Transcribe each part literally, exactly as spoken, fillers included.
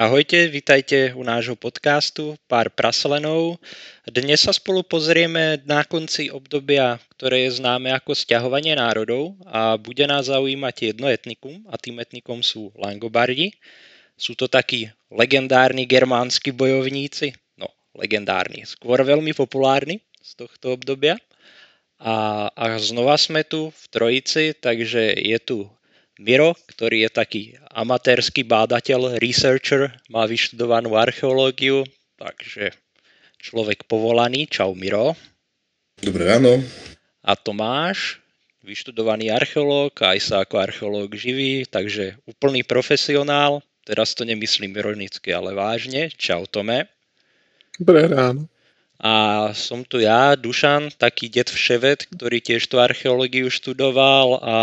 Ahojte, vitajte u nášho podcastu Pár praslenov. Dnes sa spolu pozrieme na konci obdobia, ktoré je známe ako sťahovanie národov a bude nás zaujímať jedno etnikum a tým etnikom sú Langobardi. Sú to takí legendárni germánsky bojovníci, no legendárni, skôr veľmi populárni z tohto obdobia. A, a znova sme tu v trojici, takže je tu Miro, ktorý je taký amatérsky bádateľ, researcher, má vyštudovanú archeológiu, takže človek povolaný. Čau Miro. Dobré ráno. A Tomáš, vyštudovaný archeológ, aj sa ako archeológ živí, takže úplný profesionál. Teraz to nemyslím ironicky, ale vážne. Čau Tome. Dobré ráno. A som tu ja, Dušan, taký det vševet, ktorý tiež tú archeológiu študoval a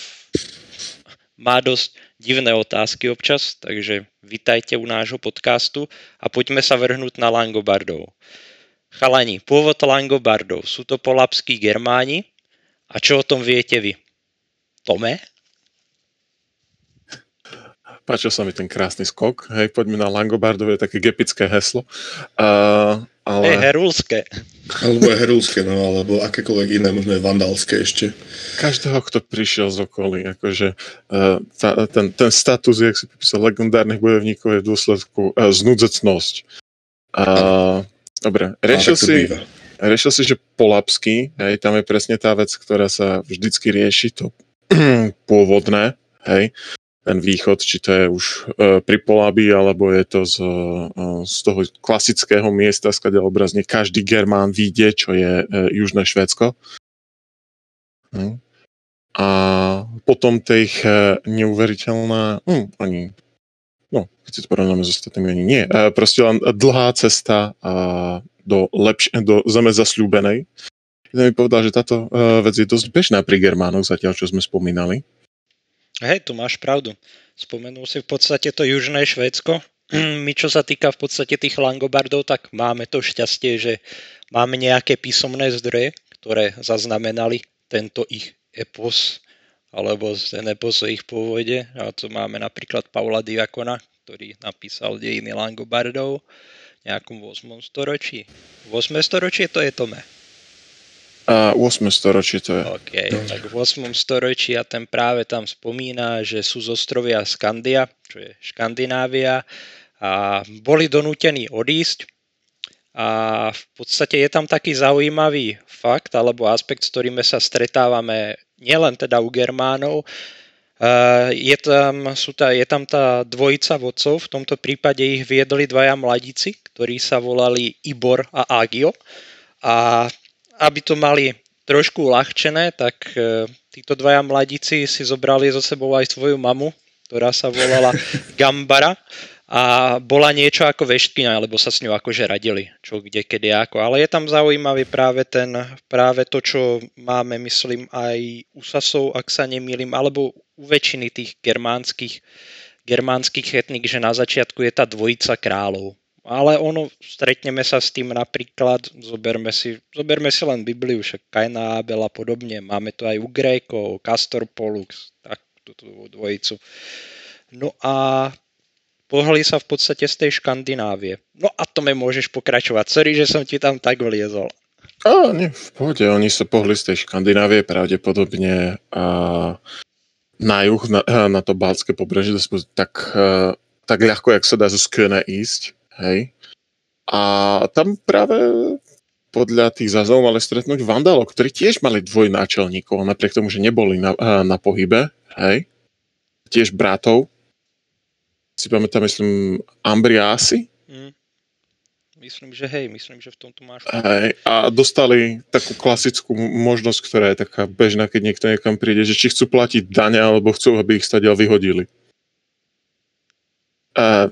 má dosť divné otázky občas, takže vitajte u nášho podcastu a poďme sa vrhnúť na Langobardov. Chalani, pôvod Langobardov, sú to polabskí Germáni a čo o tom viete vy? Tome? Páčil sa mi ten krásny skok, hej, poďme na Langobardov, je také gepické heslo. Uh, ale... Hej, herulské. Alebo je herulské, no, alebo akékoľvek iné, možno je vandalské ešte. Každého, kto prišiel z okolí, akože uh, tá, ten, ten status, jak si popísal, legendárnych bojovníkov je v dôsledku uh, znúdzecnosť. Uh, dobre, riešil si, riešil si, že polabský, hej, tam je presne tá vec, ktorá sa vždycky rieši, to pôvodné, hej, ten východ, či to je už e, pri Polábii, alebo je to z, e, z toho klasického miesta, sklade obrazne každý Germán vidie, čo je e, južné Švédsko. Hm. A potom tých e, neuveriteľná, hm, ani, no, keď si to porovnáme s ostatnými, ani nie, e, proste len dlhá cesta e, do, lepš- do zeme zasľúbenej. Ja mi povedal, že táto e, vec je dosť bežná pri Germánoch, zatiaľ, čo sme spomínali. Hej, tu máš pravdu. Spomenul si v podstate to južné Švédsko. My, čo sa týka v podstate tých Langobardov, tak máme to šťastie, že máme nejaké písomné zdroje, ktoré zaznamenali tento ich epos, alebo ten epos o ich pôvode. A to máme napríklad Paula Diakona, ktorý napísal dejiny Langobardov v nejakom ôsmom storočí. V ôsmom storočí to je Tome. A ôsme storočie to je. OK, tak v ôsmom storočí a ten práve tam spomína, že sú z ostrovia Skandia, čo je Škandinávia, a boli donútení odísť. A v podstate je tam taký zaujímavý fakt, alebo aspekt, s ktorým sa stretávame nielen teda u Germánov. Je tam, sú tá, je tam tá dvojica vodcov, v tomto prípade ich viedli dvaja mladíci, ktorí sa volali Ibor a Agio. A aby to mali trošku uľahčené, tak e, títo dvaja mladíci si zobrali so sebou aj svoju mamu, ktorá sa volala Gambara a bola niečo ako veštkyňa, lebo sa s ňou akože radili, čo kde, kedy, ako. Ale je tam zaujímavý práve, ten, práve to, čo máme, myslím, aj u Sasov, ak sa nemýlim, alebo u väčšiny tých germánskych, germánskych etník, že na začiatku je tá dvojica kráľov. Ale ono, stretneme sa s tým napríklad, zoberme si, zoberme si len Bibliu, však Kain a Abel a podobne, máme to aj u Grékov, Castor Pollux, tak túto dvojicu. No a pohli sa v podstate z tej Škandinávie. No a to mi môžeš pokračovať, sorry, že som ti tam tak vliezol. Á, nie, v pohode, oni sa pohli z tej Škandinávie pravdepodobne a na juh, na, na to Baltské pobrežie, tak, tak ľahko, jak sa dá zo Skøne ísť. Hej. A tam práve podľa tých záznamov mali stretnúť vandalov, ktorí tiež mali dvojnáčelníkov, napriek tomu, že neboli na, na pohybe, hej. Tiež bratov. Si pamätám, myslím, Ambriási. Mm. Myslím, že hej, myslím, že v tomto máš. Hej. A dostali takú klasickú možnosť, ktorá je taká bežná, keď niekto niekam príde, že či chcú platiť dane, alebo chcú, aby ich stadiaľ vyhodili. A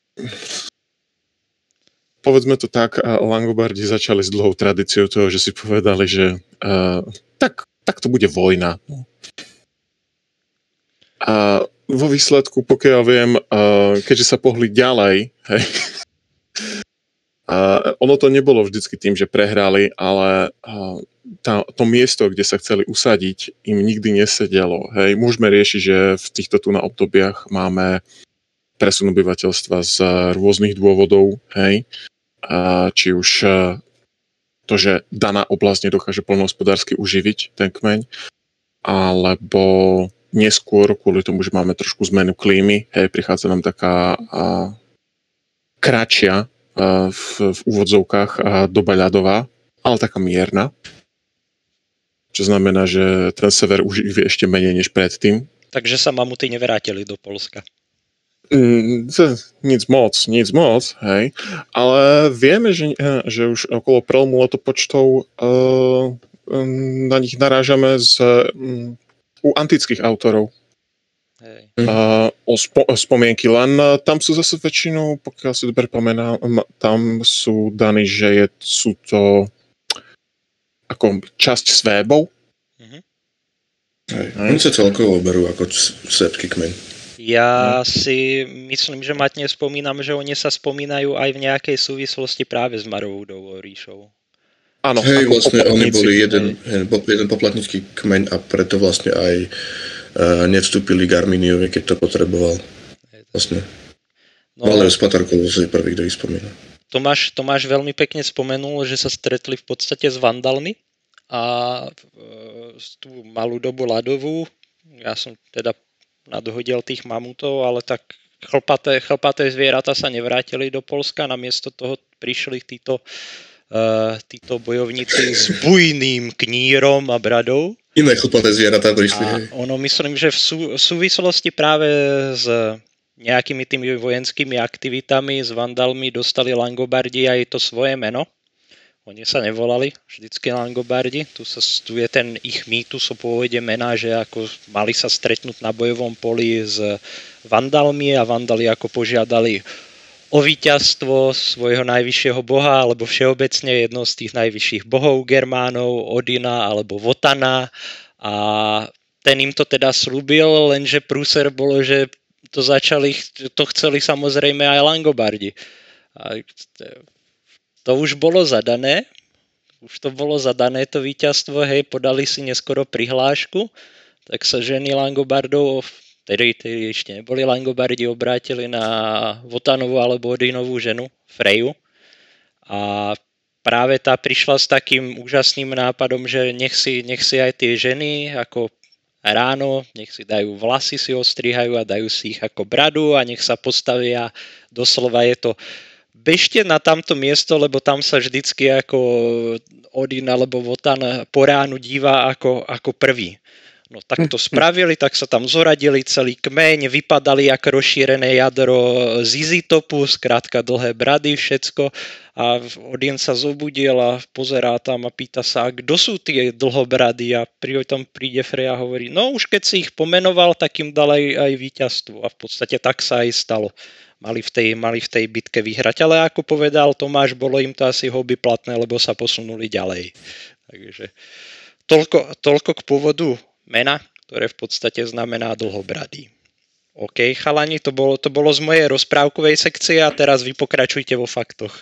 povedzme to tak, Langobardi začali s dlhou tradíciou toho, že si povedali, že uh, tak, tak to bude vojna. A vo výsledku, pokiaľ viem, uh, keďže sa pohli ďalej, hej, uh, ono to nebolo vždycky tým, že prehrali, ale uh, tá, to miesto, kde sa chceli usadiť, im nikdy nesedelo. Hej. Môžeme riešiť, že v týchto tu na obdobiach máme presun obyvateľstva z rôznych dôvodov, hej, a či už to, že daná oblasť nedokáže poľnohospodársky uživiť ten kmeň, alebo neskôr kvôli tomu, že máme trošku zmenu klímy, hej, prichádza nám taká a, kratšia a, v, v úvodzovkách a, doba ľadová, ale taká mierna, čo znamená, že ten sever uživí ešte menej než predtým. Takže sa mamuty nevrátili do Poľska. Mm, nic moc, nic moc, hej. Ale vieme, že, že už okolo prelomu letopočtov uh, na nich narážame z, um, u antických autorov. Hej. Uh, o spo, spomienky, len uh, tam sú zase väčšinou, pokiaľ si dobre pamätám, tam sú daní, že je, sú to ako časť svébov. Mhm. Hej. Oni sa celkovo berú ako svébsky kmeň. Ja si myslím, že matne spomínam, že oni sa spomínajú aj v nejakej súvislosti práve s Maroudovou ríšou. Áno, hej, ako vlastne oni boli jeden, hej. jeden poplatnícky kmeň a preto vlastne aj uh, nevstúpili k Arminiovi, keď to potreboval. Vlastne. No, Valerius Patarkov si prvý, kto ich spomína. Tomáš, Tomáš veľmi pekne spomenul, že sa stretli v podstate s Vandalmi a e, tú malú dobu ľadovú. Ja som teda nadhodil tých mamutov, ale tak chlpaté, chlpaté zvieratá sa nevrátili do Poľska, namiesto toho prišli títo, uh, títo bojovníci s bujným knírom a bradou. Iné chlpaté zvieratá prišli. A ono myslím, že v, sú, v súvislosti práve s nejakými tými vojenskými aktivitami s Vandalmi dostali Langobardi aj to svoje meno. Oni sa nevolali vždycky Langobardi, tu, sa, tu je ten ich mýtus o pôvode mena, že ako mali sa stretnúť na bojovom poli s Vandalmi a Vandali ako požiadali o víťazstvo svojho najvyššieho boha, alebo všeobecne jedno z tých najvyšších bohov Germánov, Odina alebo Votana, a ten im to teda slúbil, lenže prúser bolo, že to začali, to chceli samozrejme aj Langobardi. A to už bolo zadané, už to bolo zadané to víťazstvo, hej, podali si neskoro prihlášku, tak sa ženy Langobardov, tedy, tedy ešte neboli Langobardi, obrátili na Votanovú alebo Odinovú ženu, Freju. A práve tá prišla s takým úžasným nápadom, že nech si, nech si aj tie ženy ako ráno, nech si dajú vlasy, si ostrihajú a dajú si ich ako bradu a nech sa postavia, doslova je to bežte na tamto miesto, lebo tam sa vždycky ako Odin alebo Wotan po ránu díva ako, ako prvý. No tak to spravili, tak sa tam zoradili celý kmeň, vypadali ako rozšírené jadro z izotopu, skrátka dlhé brady, všetko. A Odin sa zobudil a pozerá tam a pýta sa, kto sú tie dlhobrady, a pri tom príde Freja a hovorí, no už keď si ich pomenoval, tak im dal aj, aj víťazstvo. A v podstate tak sa aj stalo. Mali v, tej, mali v tej bitke vyhrať, ale ako povedal Tomáš, bolo im to asi hobby platné, lebo sa posunuli ďalej. Takže toľko, toľko k pôvodu mena, ktoré v podstate znamená dlhobradý. OK, chalani, to bolo, to bolo z mojej rozprávkovej sekcie a teraz vy pokračujte vo faktoch.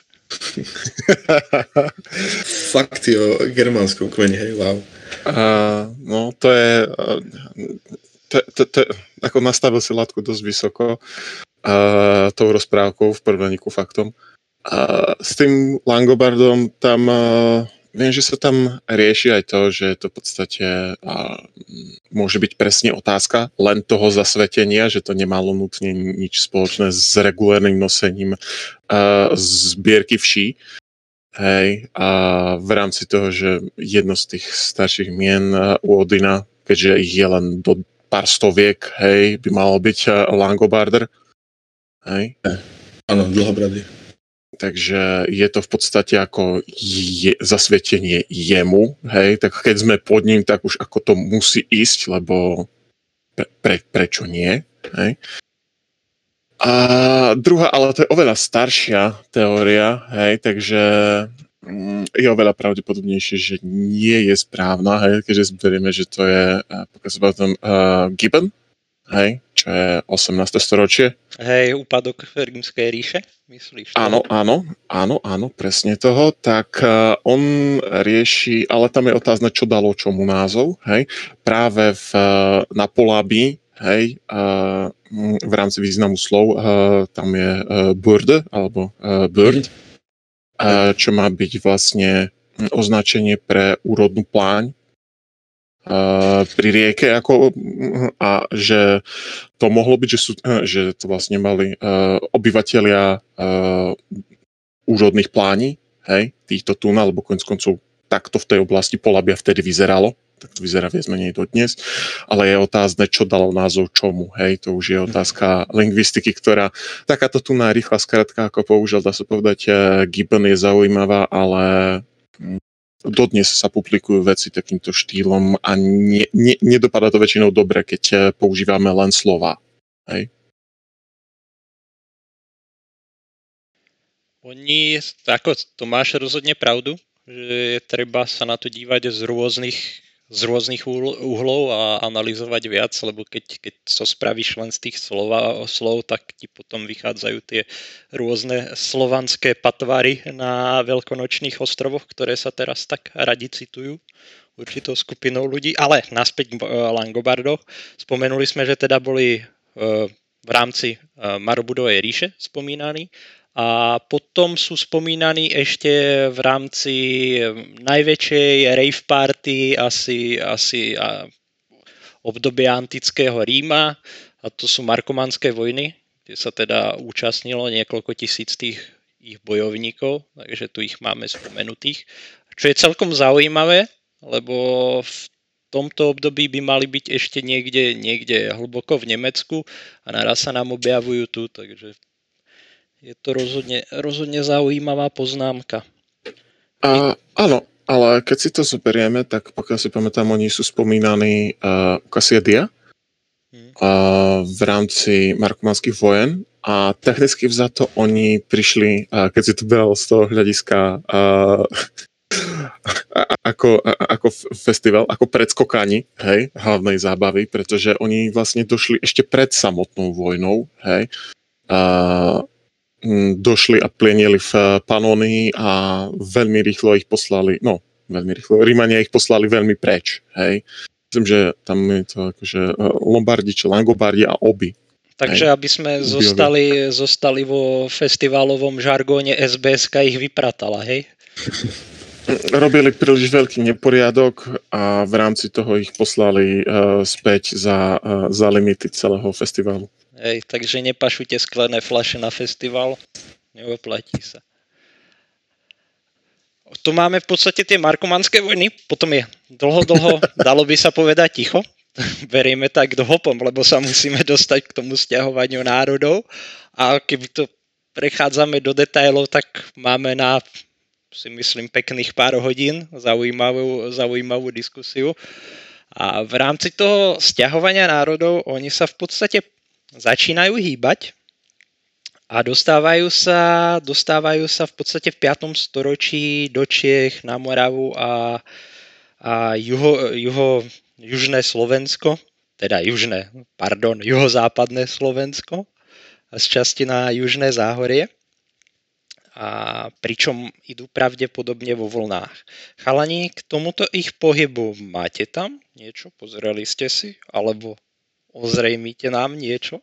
Fakty o germánskom kmeni, hej, wow. Uh, no, to je... Uh, to, to, to, ako nastavil si látku dosť vysoko. Uh, tou rozprávkou v prveníku faktom. Uh, s tým Langobardom tam uh, viem, že sa tam rieši aj to, že to v podstate uh, môže byť presne otázka len toho zasvetenia, že to nemalo nutne nič spoločné s regulárnym nosením uh, zbierky vší. Hej, a v rámci toho, že jedno z tých starších mien uh, u Odina, keďže ich je len do pár stoviek, hej, by malo byť uh, Langobarder. Hej. Áno, dlhobrady. Takže je to v podstate ako je, zasvetenie jemu, hej, tak keď sme pod ním, tak už ako to musí ísť, lebo pre, pre, prečo nie, hej. A druhá, ale to je oveľa staršia teória, hej, takže je oveľa pravdepodobnejšie, že nie je správna, hej, keďže zberieme, že to je, pokiaľ sa bavím, uh, Gibbon, hej, čo je osemnáste storočie. Hej, úpadok Rímskej ríše, myslíš? Áno, áno, áno, áno, presne toho. Tak uh, on rieši, ale tam je otázne, čo dalo čomu názov, hej. Práve v, na Polábii, hej, uh, v rámci významu slov, uh, tam je uh, burde, alebo uh, bird, uh, čo má byť vlastne označenie pre úrodnú pláň uh, pri rieke, ako, a že to mohlo byť, že, sú, že to vlastne mali uh, obyvatelia uh, úrodných plání, hej, týchto tún, alebo koniec koncov takto v tej oblasti Polabia vtedy vyzeralo, tak to vyzerá viac menej dodnes, ale je otázne, čo dalo názov čomu, hej, to už je otázka lingvistiky, ktorá takáto tuna rýchla skratka, ako použil, dá sa povedať, Gibbon je zaujímavá, ale dodnes sa publikujú veci takýmto štýlom a ne, ne, nedopadá to väčšinou dobre, keď používame len slova. Hej? Oni, ako to máš rozhodne pravdu, že je treba sa na to dívať z rôznych, z rôznych uhlov a analyzovať viac, lebo keď, keď to spravíš len z tých slova, slov, tak ti potom vychádzajú tie rôzne slovanské patvary na veľkonočných ostrovoch, ktoré sa teraz tak radi citujú určitou skupinou ľudí. Ale naspäť k Langobardoch. Spomenuli sme, že teda boli v rámci Marobudovej ríše spomínaní. A potom sú spomínaní ešte v rámci najväčšej rave party asi, asi obdobia antického Ríma, a to sú Markomanské vojny, kde sa teda účastnilo niekoľko tisíc tých ich bojovníkov, takže tu ich máme spomenutých. Čo je celkom zaujímavé, lebo v tomto období by mali byť ešte niekde, niekde hlboko v Nemecku a naraz sa nám objavujú tu, takže je to rozhodne, rozhodne zaujímavá poznámka. A, áno, ale keď si to zoberieme, tak pokiaľ si pamätám, oni sú spomínaní uh, u Kasiedia hmm. uh, v rámci markomanských vojen a technicky vzato oni prišli, uh, keď si to beral z toho hľadiska uh, ako, ako festival, ako predskokani, hej, hlavnej zábavy, pretože oni vlastne došli ešte pred samotnou vojnou, hej, uh, došli a plienili v Panónii a veľmi rýchlo ich poslali, no, veľmi rýchlo, Rímania ich poslali veľmi preč, hej. Myslím, že tam je to akože Lombardi, či Langobardi a obi. Takže hej, aby sme zostali, zostali vo festivalovom žargóne, es bé eska ich vypratala, hej? Robili príliš veľký neporiadok a v rámci toho ich poslali uh, späť za, uh, za limity celého festivalu. Hej, takže nepašujte sklené fľaše na festival, neoplatí sa. Tu máme v podstate tie markomanské vojny, potom je dlho, dlho, dalo by sa povedať ticho, berieme tak do hopom, lebo sa musíme dostať k tomu sťahovaniu národov a keby to prechádzame do detailov, tak máme na, si myslím, pekných pár hodín zaujímavú, zaujímavú diskusiu. A v rámci toho sťahovania národov oni sa v podstate začínajú hýbať a dostávajú sa, dostávajú sa v podstate v piatom storočí do Čiech, na Moravu a, a juho, juho, južné Slovensko, teda južné, pardon, juhozápadné Slovensko a z časti na južné Záhorie. A pričom idú pravdepodobne vo vlnách. Chalani, k tomuto ich pohybu máte tam niečo? Pozreli ste si? Alebo ozrejmite nám niečo?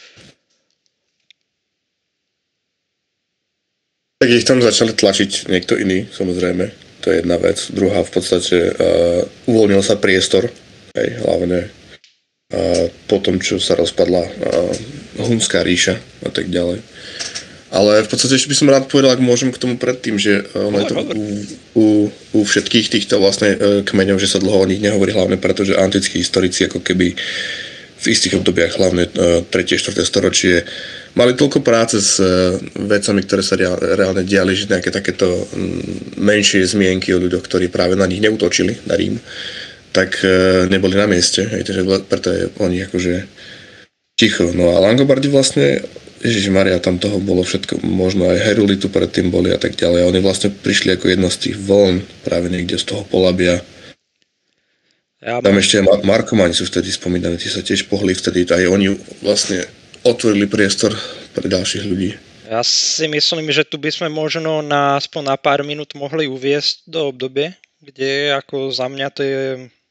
Tak ich tam začali tlačiť niekto iný, samozrejme. To je jedna vec. Druhá, v podstate uh, uvoľnil sa priestor, hej, hlavne uh, po tom, čo sa rozpadla uh, Hunská ríša a tak ďalej. Ale v podstate ešte by som rád povedal, ak môžem k tomu predtým, že uh, je to u, u, u všetkých týchto vlastne uh, kmeňov, že sa dlho o nich nehovorí, hlavne preto, že antickí historici ako keby v istých obdobiach, hlavne tretie štvrté storočie, mali toľko práce s vecami, ktoré sa reálne diali, že nejaké takéto menšie zmienky o ľuďoch, ktorí práve na nich neútočili, na Rím, tak neboli na mieste. Hej, takže preto je o nich akože ticho. No a Langobardi vlastne, Ježišmaria, tam toho bolo všetko, možno aj Heruli tu predtým boli a tak ďalej. A oni vlastne prišli ako jedna z tých vln, práve niekde z toho Polabia. Ja tam ešte aj Markomani sú vtedy spomínaní, tí sa tiež pohli vtedy, aj oni vlastne otvorili priestor pre ďalších ľudí. Ja si myslím, že tu by sme možno na, aspoň na pár minút mohli uviesť do obdobie, kde ako za mňa to je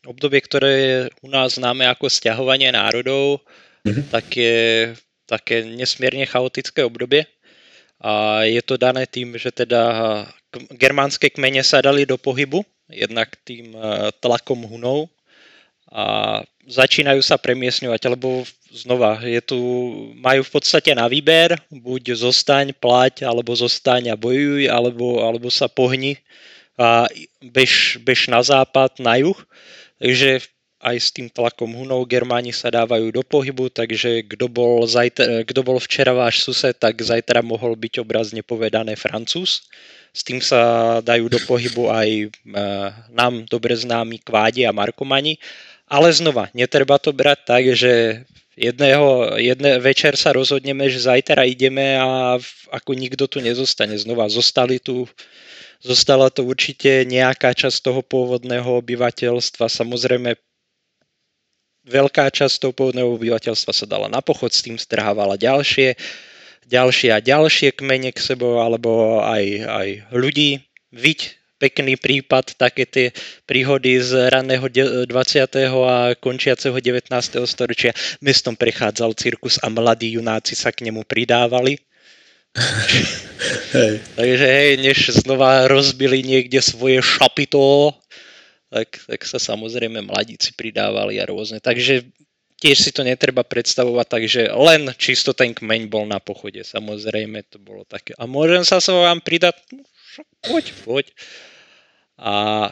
obdobie, ktoré je u nás známe ako sťahovanie národov, Mhm. také, také nesmierne chaotické obdobie. A je to dané tým, že teda k- germánske kmene sa dali do pohybu, jednak tým eh, tlakom Hunov a začínajú sa premiesňovať, lebo znova, je tu, majú v podstate na výber, buď zostaň, plať, alebo zostaň a bojuj, alebo, alebo sa pohni a bež, bež na západ, na juh. Takže aj s tým tlakom Hunov Germáni sa dávajú do pohybu, takže kto bol, zajtra, kto bol včera váš sused, tak zajtra mohol byť obrazne povedané Francúz. S tým sa dajú do pohybu aj e, nám dobre známi Kvádi a Markomani. Ale znova, netreba to brať tak, že jedného, jedné večer sa rozhodneme, že zajtra ideme a v, ako nikto tu nezostane. Znova, zostali tu Zostala to určite nejaká časť toho pôvodného obyvateľstva. Samozrejme, veľká časť toho pôvodného obyvateľstva sa dala na pochod, s tým strhávala ďalšie, ďalšie a ďalšie kmene k sebou, alebo aj, aj ľudí. Viď pekný prípad, také tie príhody z raného dvadsiateho a končiaceho devätnásteho storočia. Mestom prechádzal cirkus a mladí junáci sa k nemu pridávali. Hej. Takže hej, než znova rozbili niekde svoje šapito, tak, tak sa samozrejme mladíci pridávali a rôzne. Takže tiež si to netreba predstavovať, takže len čisto ten kmeň bol na pochode. Samozrejme to bolo také. A môžem sa sa vám pridať? Poď, poď. A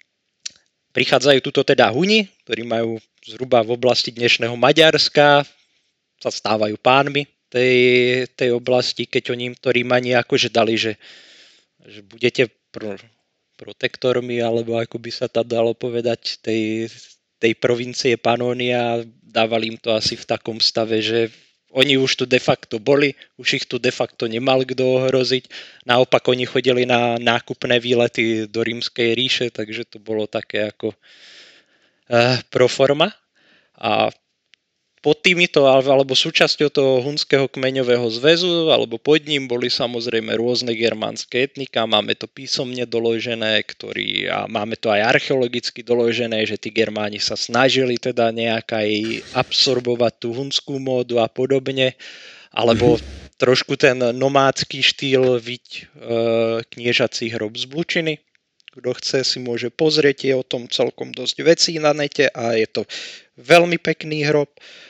prichádzajú tuto teda Huni, ktorí majú zhruba v oblasti dnešného Maďarska, sa stávajú pánmi tej, tej oblasti, keď oni im to Rímani akože dali, že, že budete pro, protektormi, alebo ako by sa tam dalo povedať, tej, tej provincie Panónia, dávali im to asi v takom stave, že oni už tu de facto boli, už ich tu de facto nemal kto ohroziť, naopak oni chodili na nákupné výlety do Rímskej ríše, takže to bolo také ako uh, proforma. A pod týmito, alebo súčasťou toho hunského kmeňového zväzu, alebo pod ním boli samozrejme rôzne germánske etnika, máme to písomne doložené, ktorý, a máme to aj archeologicky doložené, že tí Germáni sa snažili teda nejak aj absorbovať tú hunskú módu a podobne, alebo trošku ten nomádsky štýl viď e, kniežací hrob z Blučiny. Kto chce, si môže pozrieť, je o tom celkom dosť vecí na nete a je to veľmi pekný hrob.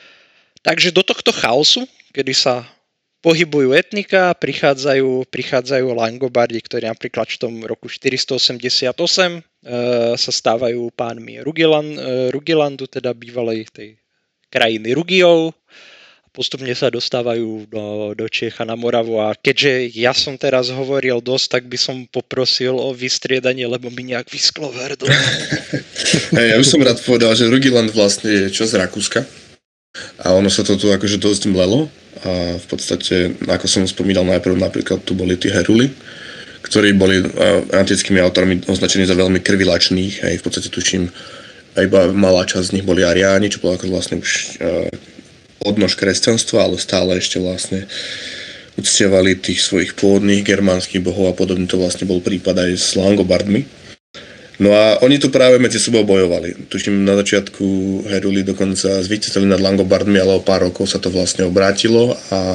Takže do tohto chaosu, kedy sa pohybujú etnika, prichádzajú, prichádzajú Langobardi, ktorí napríklad v tom roku štyristoosemdesiatosem e, sa stávajú pánmi Rugilan, e, Rugilandu, teda bývalej tej krajiny Rugiov. Postupne sa dostávajú do, do Čiech a na Moravu a keďže ja som teraz hovoril dosť, tak by som poprosil o vystriedanie, lebo mi nejak vysklo v hrdle. Hey, ja by som rád povedal, že Rugiland vlastne je čo z Rakúska. A ono sa to tu akože dosť mlelo a v podstate, ako som spomínal najprv, napríklad tu boli tí Heruli, ktorí boli uh, antickými autormi označení za veľmi krvilačných, aj v podstate tuším, iba malá časť z nich boli Ariáni, čo bolo ako vlastne už uh, odnož kresťanstva, ale stále ešte vlastne uctievali tých svojich pôvodných germánskych bohov a podobne. To vlastne bol prípad aj s Langobardmi. No a oni tu práve medzi sebou bojovali. Tuším, na začiatku Heruli dokonca zvíťazili nad Langobardmi, ale o pár rokov sa to vlastne obrátilo a,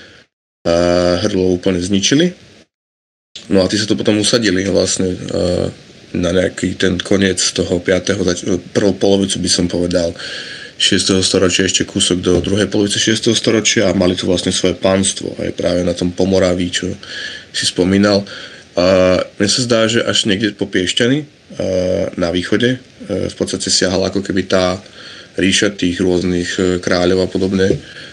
a Herulov úplne zničili. No a tí sa tu potom usadili vlastne a, na nejaký ten koniec toho piateho prvú polovicu by som povedal šiesteho storočia, ešte kúsok do druhej polovice šiesteho storočia a mali tu vlastne svoje pánstvo aj práve na tom Pomoraví, čo si spomínal. A mne sa zdá, že až niekde po Piešťany na východe v podstate siahala ako keby tá ríša tých rôznych kráľov a podobne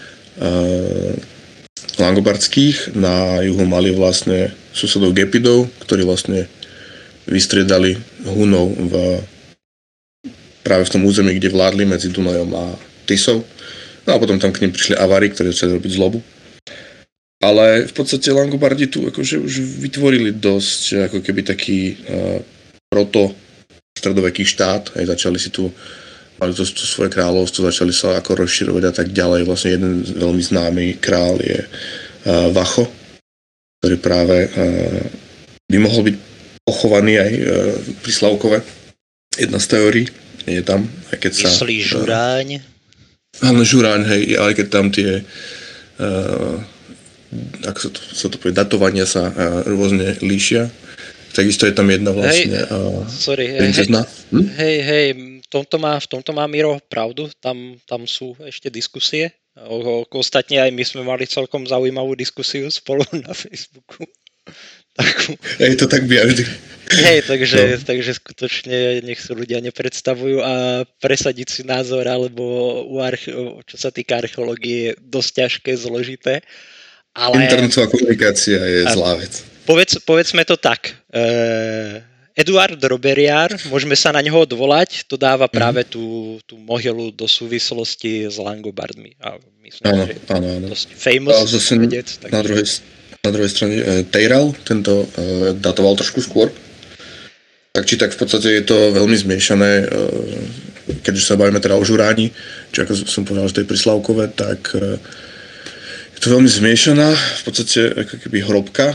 langobardských. Na juhu mali vlastne susedov Gepidov, ktorí vlastne vystriedali Hunov v, práve v tom území, kde vládli medzi Dunajom a Tisou. No a potom tam k nim prišli Avári, ktorí začali robiť zlobu. Ale v podstate Langobardi tu akože už vytvorili dosť ako keby taký uh, proto stredoveký štát. Aj začali si tu, mali to, to svoje kráľovstvo, začali sa ako rozširovať a tak ďalej. Vlastne jeden veľmi známy král je uh, Vacho, ktorý práve uh, by mohol byť pochovaný aj uh, pri Slavkove. Jedna z teórií. nie je tam. Aj keď sa, Myslíš Žuráň? Áno, Žuráň, hej, ale keď tam tie uh, ako sa to, sa to povie, datovania sa uh, rôzne líšia. Takisto je tam jedna vlastne Hej, uh, sorry, princezna. hej, hm? hej, hej, v tomto má, v tomto má Miro pravdu, tam, tam sú ešte diskusie. O, o, ostatne aj my sme mali celkom zaujímavú diskusiu spolu na Facebooku. Takú. Hej, to tak býva vždy. Hej, takže, no. takže skutočne nech sa ľudia nepredstavujú a presadiť si názor, alebo u arche- čo sa týka archeológie je dosť ťažké, zložité. Ale... Internetová komunikácia je a... zlá vec. Povedz, povedzme to tak. Uh, Eduard Roberiár, môžeme sa na neho odvolať, to dáva práve mm-hmm. tú, tú mohylu do súvislosti s Langobardmi. A myslím, áno, že áno, áno. dosť famous zase vedec. Tak... Na, druhej, na druhej strane uh, Tejral, tento uh, datoval trošku skôr. Tak či tak v podstate je to veľmi zmiešané, uh, keď už sa bavíme teda o Žuráni, či ako som povedal, že to je pri Slavkove, tak uh, je to veľmi zmiešaná, v podstate ako keby hrobka.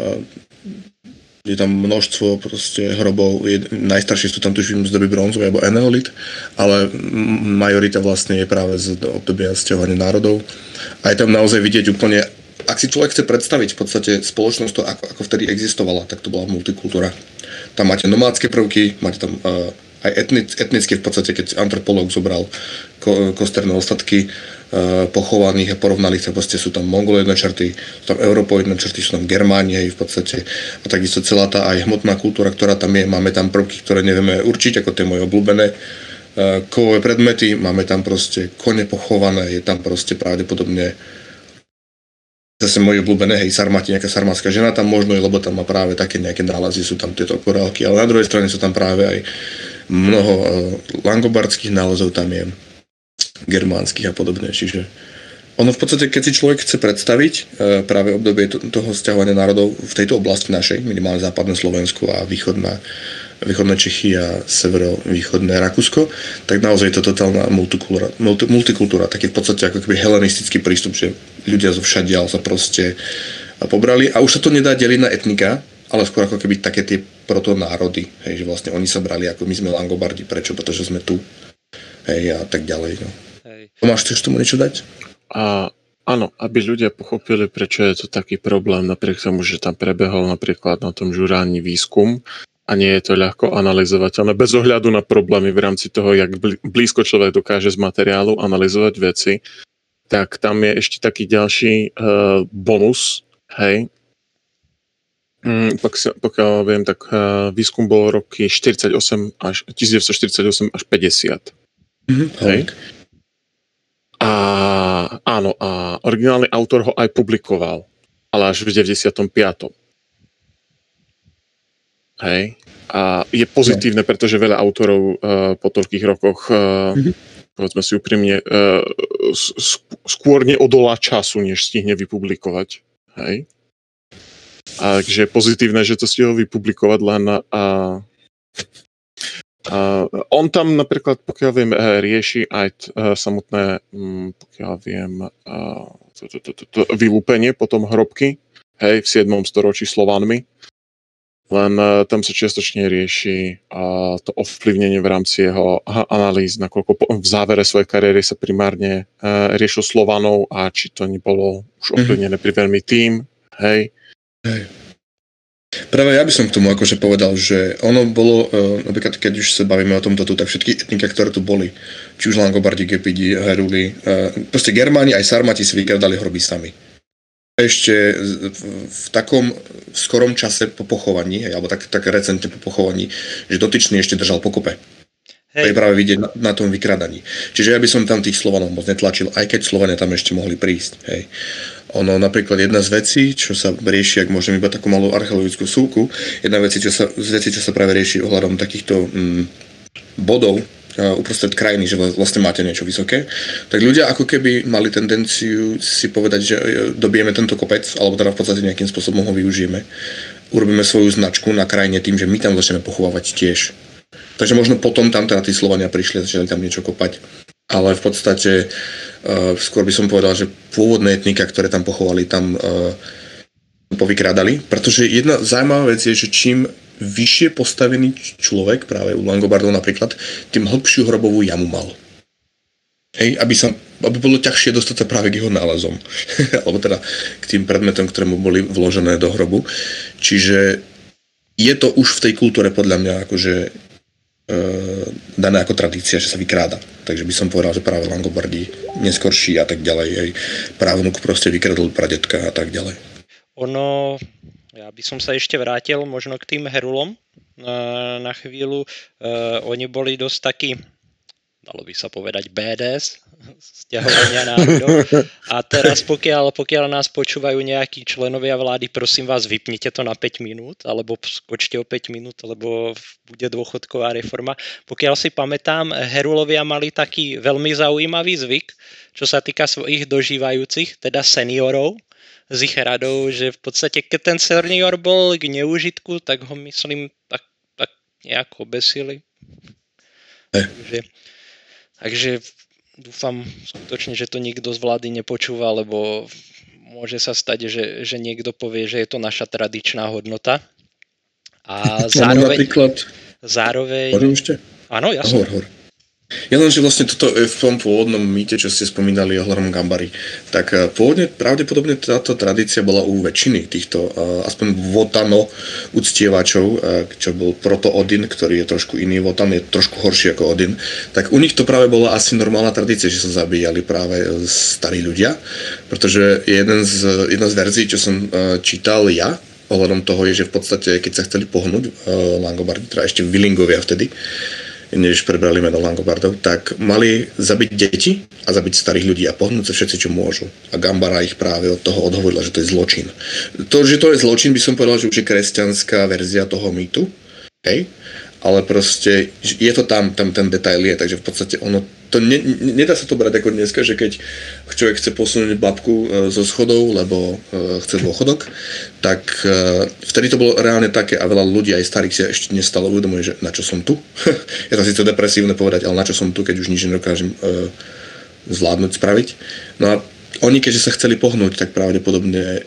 Je tam množstvo proste hrobov, je, najstaršie sú tam tuším z doby bronzovej alebo eneolit, ale majorita vlastne je práve z obdobia sťahovania národov. A je tam naozaj vidieť úplne, ak si človek chce predstaviť v podstate spoločnosť to, ako, ako vtedy existovala, tak to bola multikultúra. Tam máte nomádske prvky, máte tam uh, aj etnic, etnické v podstate, keď antropológ zobral ko, kosterné ostatky uh, pochovaných a porovnali ich, tak proste sú tam mongoloidné črty, sú tam europoidné črty, sú tam Germáni aj v podstate a takisto celá tá aj hmotná kultúra, ktorá tam je, máme tam prvky, ktoré nevieme určiť, ako tie moje obľúbené uh, kovové predmety, máme tam proste kone pochované, je tam proste pravdepodobne zase moje obľúbené, hej, sarmati, nejaká sarmatská žena tam možno je, lebo tam má práve také nejaké nálezy, sú tam tieto korálky, ale na druhej strane sú tam práve aj mnoho uh, langobardských nálezov tam je, germánskych a podobne, čiže ono v podstate, keď si človek chce predstaviť uh, práve obdobie to, toho sťahovania národov v tejto oblasti našej, minimálne západné Slovensko a východná, východné Čechy a severovýchodné Rakúsko, tak naozaj je to totálna multikultúra, multi, multikultúra, taký v podstate ako keby helenistický prístup, že ľudia zo všadiaľ sa proste pobrali a už sa to nedá deliť na etnika, ale skôr ako keby také tie protonárody, hej, že vlastne oni sa brali ako my sme Langobardi, prečo? Pretože sme tu, hej, a tak ďalej, no. Hej. Máš chceš tomu niečo dať? A, áno, aby ľudia pochopili, prečo je to taký problém, napriek tomu, že tam prebehol napríklad na tom Žuráni výskum a nie je to ľahko analyzovateľné, bez ohľadu na problémy v rámci toho, jak blízko človek dokáže z materiálu analyzovať veci, tak tam je ešte taký ďalší uh, bonus, hej. Mm, pokiaľ viem, tak uh, výskum bol roky štyridsaťosem až, devätnásťstoštyridsaťosem až päťdesiat. Mm-hmm. Hej. A áno, a originálny autor ho aj publikoval, ale až v deväťdesiatom piatom. Hej. A je pozitívne, no. Pretože veľa autorov uh, po toľkých rokoch uh, mm-hmm. povedzme si úprimne, uh, skôr neodolá času, než stihne vypublikovať. Hej. A takže je pozitívne, že to stihol vypublikovať len a, a on tam napríklad, pokiaľ viem, rieši aj t, samotné, pokiaľ viem, to, to, to, to, to vylúpenie potom hrobky, hej, v siedmom storočí Slovanmi. Len tam sa čiastočne rieši a to ovplyvnenie v rámci jeho analýz, nakoľko v závere svojej kariéry sa primárne riešil Slovanov a či to nebolo už ovplyvnené pri veľmi tým, hej. Hej. Práve ja by som k tomu akože povedal, že ono bolo, uh, napríklad keď už sa bavíme o tomto tu, tak všetky etnika, ktoré tu boli, či už Langobardi, Gepidi, Heruli, uh, proste Germáni aj Sarmati si vykradali hroby sami. Ešte v, v takom skorom čase po pochovaní, hej, alebo tak, tak recentne po pochovaní, že dotyčný ešte držal pokope. To je práve vidieť na, na tom vykradaní. Čiže ja by som tam tých Slovanov moc netlačil, aj keď Slovania tam ešte mohli prísť. Hej. Ono napríklad jedna z vecí, čo sa rieši, ak môžem iba takú malú archeologickú súku, jedna vec, čo sa, z vecí, čo sa práve rieši ohľadom takýchto mm, bodov uh, uprostred krajiny, že vlastne máte niečo vysoké, tak ľudia ako keby mali tendenciu si povedať, že dobijeme tento kopec, alebo teda v podstate nejakým spôsobom ho využijeme. Urobíme svoju značku na krajine tým, že my tam začneme pochovávať tiež. Takže možno potom tam teda tí Slovania prišli a začali tam niečo kopať. Ale v podstate uh, skôr by som povedal, že pôvodné etnika, ktoré tam pochovali, tam uh, povykrádali. Pretože jedna zaujímavá vec je, že čím vyššie postavený človek, práve u Langobardov napríklad, tým hlbšiu hrobovú jamu mal. Hej, aby, sa, aby bolo ťažšie dostať sa práve k jeho nálezom. Alebo teda k tým predmetom, ktoré mu boli vložené do hrobu. Čiže je to už v tej kultúre podľa mňa akože e, dané ako tradícia, že sa vykráda. Takže by som povedal, že práve Langobardi neskorší a tak ďalej. Hej, právnuk proste vykradol pradetka a tak ďalej. Ono, ja by som sa ešte vrátil možno k tým Herulom na, na chvíľu. Uh, oni boli dosť takí, dalo by sa povedať bé dé es, sťahovania náhodou. A teraz pokiaľ, pokiaľ nás počúvajú nejakí členovia vlády, prosím vás, vypnite to na päť minút, alebo skočte o päť minút, lebo bude dôchodková reforma. Pokiaľ si pamätám, Herulovia mali taký veľmi zaujímavý zvyk, čo sa týka svojich dožívajúcich, teda seniorov, z ich radou, že v podstate, keď ten senior bol k neužitku, tak ho, myslím, tak, tak nejak obesili. Takže, takže dúfam skutočne, že to nikto z vlády nepočúva, lebo môže sa stať, že, že niekto povie, že je to naša tradičná hodnota. A zároveň... Napríklad... zároveň Môžem ešte? Áno, jasne. Hovor, hovor. Ja len, že vlastne toto v tom pôvodnom mýte, čo ste spomínali ohľadom Gambary, tak pôvodne pravdepodobne táto tradícia bola u väčšiny týchto, aspoň Votano uctievačov, čo bol proto Odin, ktorý je trošku iný, Wotan je trošku horší ako Odin, tak u nich to práve bola asi normálna tradícia, že sa zabíjali práve starí ľudia, pretože jeden z, jedna z verzií, čo som čítal ja, ohľadom toho je, že v podstate, keď sa chceli pohnúť Langobardi, teda ešte Vilingovia vtedy, než prebrali meno Langobardov, tak mali zabiť deti a zabiť starých ľudí a pohnúť sa všetci, čo môžu. A Gambara ich práve od toho odhovorila, že to je zločin. To, že to je zločin, by som povedal, že už je kresťanská verzia toho mýtu, hej? Ale proste je to tam, tam ten detail je, takže v podstate ono, to ne, nedá sa to brať ako dneska, že keď človek chce posunúť babku zo schodov, lebo chce dôchodok, tak vtedy to bolo reálne také a veľa ľudí, aj starých si ešte nestalo uvedomuje, že na čo som tu. Je to síce depresívne povedať, ale na čo som tu, keď už nič nedokážem zvládnuť, spraviť. No a oni, keďže sa chceli pohnúť, tak pravdepodobne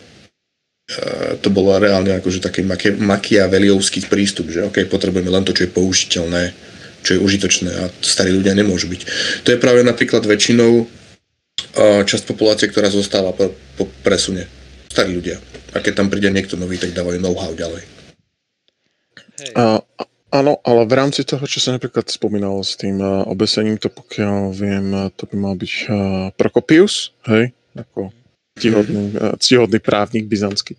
to bolo reálne akože taký machiaveliovský prístup, že ok, potrebujeme len to, čo je použiteľné, čo je užitočné a starí ľudia nemôžu byť. To je práve napríklad väčšinou časť populácie, ktorá zostáva po, po presune. Starí ľudia. A keď tam príde niekto nový, tak dávajú know-how ďalej. Hey. A, áno, ale v rámci toho, čo sa napríklad spomínalo s tým uh, obesením, to pokiaľ viem, to by mal byť uh, Prokopius, hej, ako ctihodný, ctihodný právnik byzantský.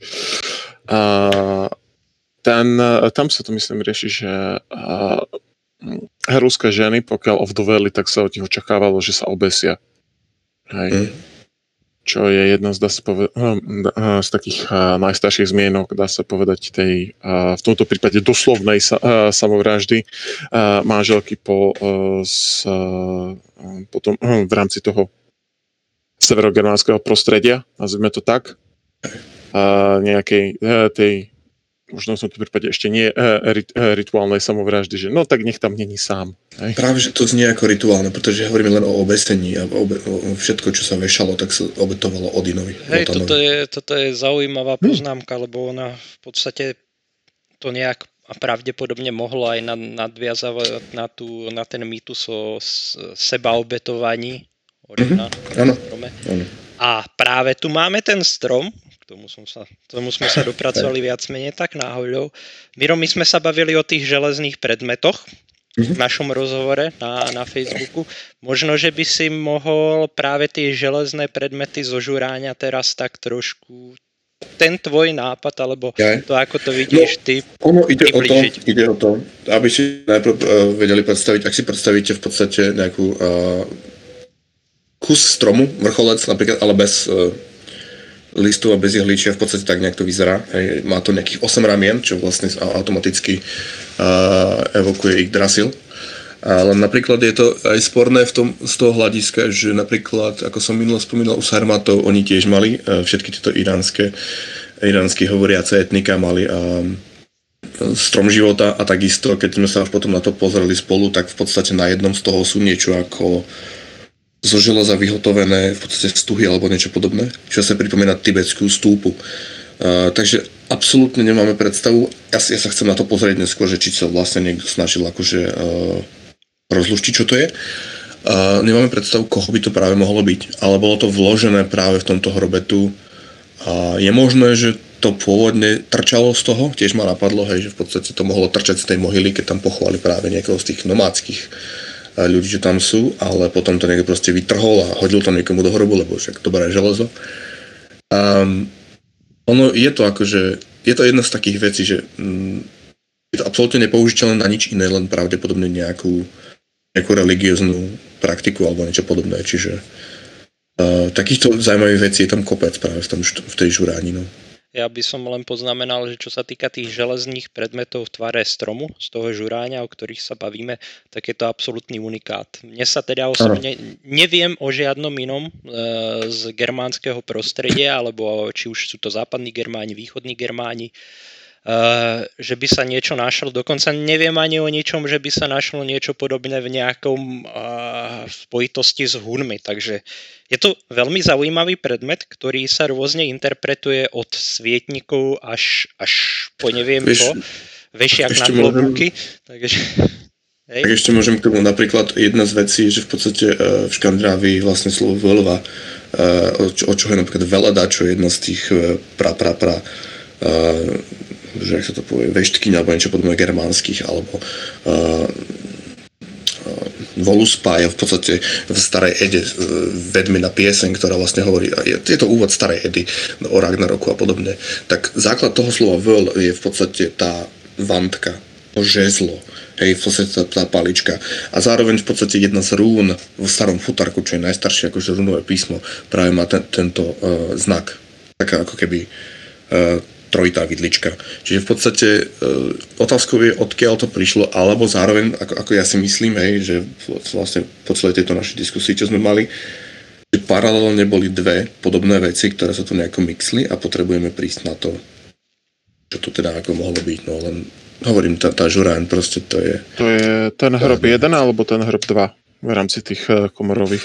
Uh, ten, tam sa to myslím rieši, že uh, herulské ženy, pokiaľ ovdoveli, tak sa od nich očakávalo, že sa obesia. Hej. Mm. Čo je jedna z, dá sa poved- z takých uh, najstarších zmienok, dá sa povedať, tej, uh, v tomto prípade doslovnej sa, uh, samovraždy uh, manželky po, uh, s, uh, potom, uh, v rámci toho severogermánskeho prostredia, nazvime to tak, a nejakej tej, možno v tomto prípade ešte nie rit, rituálnej samovraždy, že no tak nech tam není sám. Hej. Práve, že to znie ako rituálne, pretože hovoríme len o obesení a obe, o všetko, čo sa vešalo, tak sa obetovalo Odinovi. Hej, toto je, toto je zaujímavá poznámka, hmm. lebo ona v podstate to nejak a pravdepodobne mohlo aj nadviazavať na, tú, na ten mýtus o sebaobetovaní. Odina, mm-hmm. A práve tu máme ten strom, k tomu, som sa, k tomu sme sa dopracovali viac menej tak náhodou. Miro, my sme sa bavili o tých železných predmetoch mm-hmm. v našom rozhovore na, na Facebooku. Možno, že by si mohol práve tie železné predmety zo Žuráňa teraz tak trošku ten tvoj nápad, alebo ja. to, ako to vidíš, no, ty ono ide o, to, ide o to, aby si najprv uh, vedeli predstaviť, ak si predstavíte v podstate nejakú uh, kus stromu, vrcholec napríklad, ale bez uh, listu a bez jehličia, v podstate tak nejak to vyzerá. Hej. Má to nejakých osem ramien, čo vlastne automaticky uh, evokuje Yggdrasil. Ale napríklad je to aj sporné v tom, z toho hľadiska, že napríklad, ako som minule spomínal, u Sarmatov, oni tiež mali uh, všetky tieto iránske, iránsky hovoriace etnika mali uh, strom života a takisto, keď sme sa už potom na to pozreli spolu, tak v podstate na jednom z toho sú niečo ako zo železa vyhotovené v podstate stuhy alebo niečo podobné, čo sa pripomína tibetskú stúpu. Uh, takže absolútne nemáme predstavu. Ja, ja sa chcem na to pozrieť neskôr, že či sa vlastne niekto snažil akože uh, rozluštiť, čo to je. Uh, nemáme predstavu, koho by to práve mohlo byť, ale bolo to vložené práve v tomto hrobetu. Uh, je možné, že to pôvodne trčalo z toho, tiež ma napadlo, hej, že v podstate to mohlo trčať z tej mohyly, keď tam pochovali práve niekoho z tých nomádskych uh, ľudí, čo tam sú, ale potom to niekto proste vytrhol a hodil to niekomu do hrobu, lebo však dobré železo. Um, ono je to akože, je to jedna z takých vecí, že mm, je to absolútne nepoužiteľné na nič iné, len pravdepodobne nejakú, nejakú religióznu praktiku alebo niečo podobné, čiže uh, takýchto zaujímavých vecí je tam kopec práve v, tom, v tej žuráni. No. Ja by som len poznamenal, že čo sa týka tých železných predmetov v tvare stromu, z toho žuráňa, o ktorých sa bavíme, tak je to absolútny unikát. Mne sa teda osobne neviem o žiadnom inom e, z germánskeho prostredia, alebo či už sú to západní Germáni, východní Germáni, Uh, že by sa niečo našlo. Dokonca neviem ani o ničom, že by sa našlo niečo podobné v nejakom uh, spojitosti s Hunmi. Takže je to veľmi zaujímavý predmet, ktorý sa rôzne interpretuje od svietnikov až, až po neviem Vieš, čo. Vešiak na klobúky. Takže, hej. Tak ešte môžem k tomu napríklad jedna z vecí, že v podstate uh, v Škandinávii vlastne slovo veľva, uh, o, čo, o čo je napríklad veleda, čo je jedna z tých uh, pra, pra, pra uh, že ak sa to povie, veštkyň alebo niečo podobné germánskych, alebo uh, uh, Voluspa je v podstate v starej Ede uh, vedmina pieseň, ktorá vlastne hovorí, je, je to úvod starej Edy o Ragnaroku a podobne. Tak základ toho slova völ je v podstate tá vantka, to žezlo, hej, v podstate tá, tá palička. A zároveň v podstate jedna z rún v starom futarku, čo je najstaršie akože runové písmo, práve má ten, tento uh, znak. Taká ako keby uh, trojitá vidlička. Čiže v podstate e, otázkou je, odkiaľ to prišlo, alebo zároveň, ako, ako ja si myslím, hej, že vlastne po celej tejto našej diskusii, čo sme mali, že paralelne boli dve podobné veci, ktoré sa tu nejako mixli a potrebujeme prísť na to, čo to teda ako mohlo byť. No len hovorím, tá, tá žuráň proste to je... To je ten hrob jeden alebo ten hrob dva v rámci tých komorových?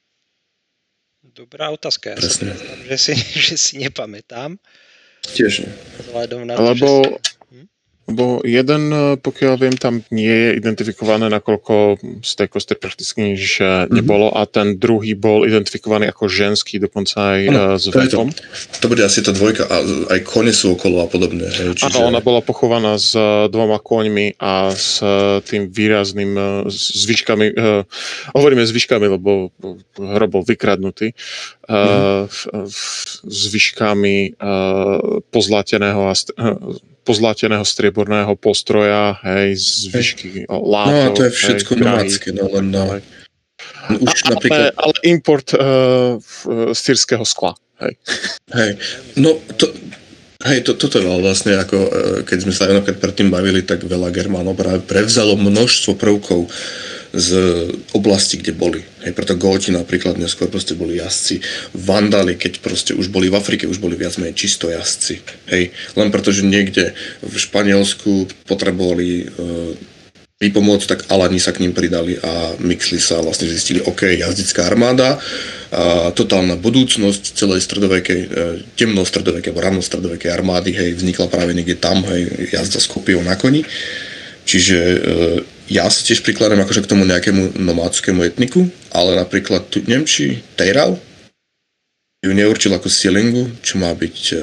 Dobrá otázka. Ja sa priznám, že si, že si nepamätám. Tiež. Vzhľadom na to, lebo, že... hm? lebo jeden, pokiaľ viem, tam nie je identifikované, nakoľko z tej kostry prakticky nič mm-hmm. nebolo, a ten druhý bol identifikovaný ako ženský, dokonca aj ano, s vekom. To, to bude asi tá dvojka, a aj kone sú okolo a podobne. Áno, čiže... ona bola pochovaná s dvoma koňmi a s tým výrazným zvyškami, uh, hovoríme zvyškami, lebo hrob bol vykradnutý, uh, mm-hmm. zvyškami uh, pozlateného a st- uh, pozlateného strieborného postroja, hej, zvyšky látov. No, to je všetko nomádske, no len no. Už ale, napríklad... ale import uh, sýrskeho skla, hej. Hej, no to... Hej, to, toto je vlastne ako, keď sme sa jednokrát predtým bavili, tak veľa Germánov práve prevzalo množstvo prvkov z oblasti, kde boli. Hej, preto Góti napríklad neskôr proste boli jazdci. Vandali, keď proste už boli v Afrike, už boli viac menej čisto jazdci. Hej, len preto, že niekde v Španielsku potrebovali e, vypomôcť, tak Alani sa k ním pridali a mixli sa, vlastne zistili, OK, jazdická armáda, a totálna budúcnosť celej stredovekej, e, temno-stredovekej, alebo rano-stredovekej armády, hej, vznikla práve niekde tam, hej, jazda s kopiou na koni. Čiže e, ja sa tiež prikladám akože k tomu nejakému nomádskému etniku, ale napríklad tu, neviem, či Tejral ju neurčil ako Silingu, čo má byť e,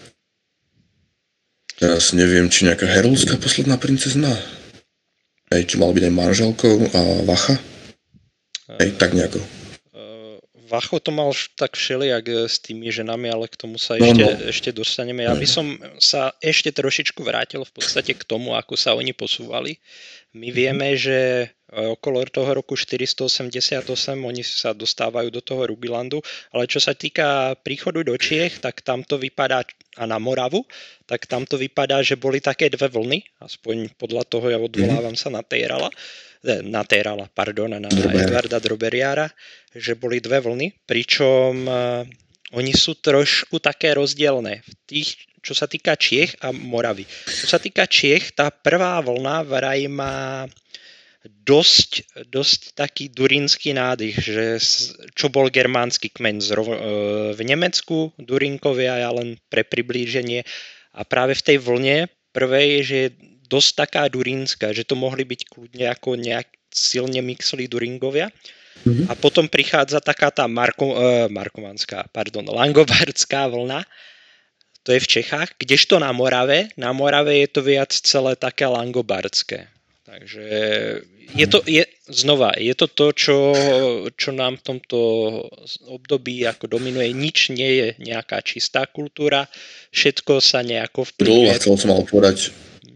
teraz neviem, či nejaká herulská posledná princezna. Hej, čo mal byť aj manželkou a Vacha? Hej, tak nejako. Vacho to mal tak všelijak s tými ženami, ale k tomu sa ešte, no, no. ešte dostaneme. Ja by som sa ešte trošičku vrátil v podstate k tomu, ako sa oni posúvali. My vieme, že okolo toho roku štyristoosemdesiatosem oni sa dostávajú do toho Rubilandu, ale čo sa týka príchodu do Čiech, tak tam to vypadá, a na Moravu, tak tam to vypadá, že boli také dve vlny, aspoň podľa toho ja odvolávam sa na Tejrala, na Tejrala, pardon, na Drober. Edvarda Droberiára, že boli dve vlny, pričom uh, oni sú trošku také rozdielne v tých, čo sa týka Čiech a Moravy. Čo sa týka Čiech, tá prvá vlna vraj má dosť, dosť taký durínsky nádych, že čo bol germánsky kmeň v Nemecku, Durínkovia, ja len pre priblíženie. A práve v tej vlne prvej, že je dosť taká durínska, že to mohli byť kľudne ako nejak silne mixli Duringovia. Mm-hmm. A potom prichádza taká tá Marko, uh, markovanská, pardon, langobardská vlna, to je v Čechách, kdežto na Morave, na Morave je to viac celé také langobardské. Takže je to, je, znova, je to to, čo, čo nám v tomto období ako dominuje. Nič nie je nejaká čistá kultúra, všetko sa nejako vplyvuje. Chcel som mal povedať.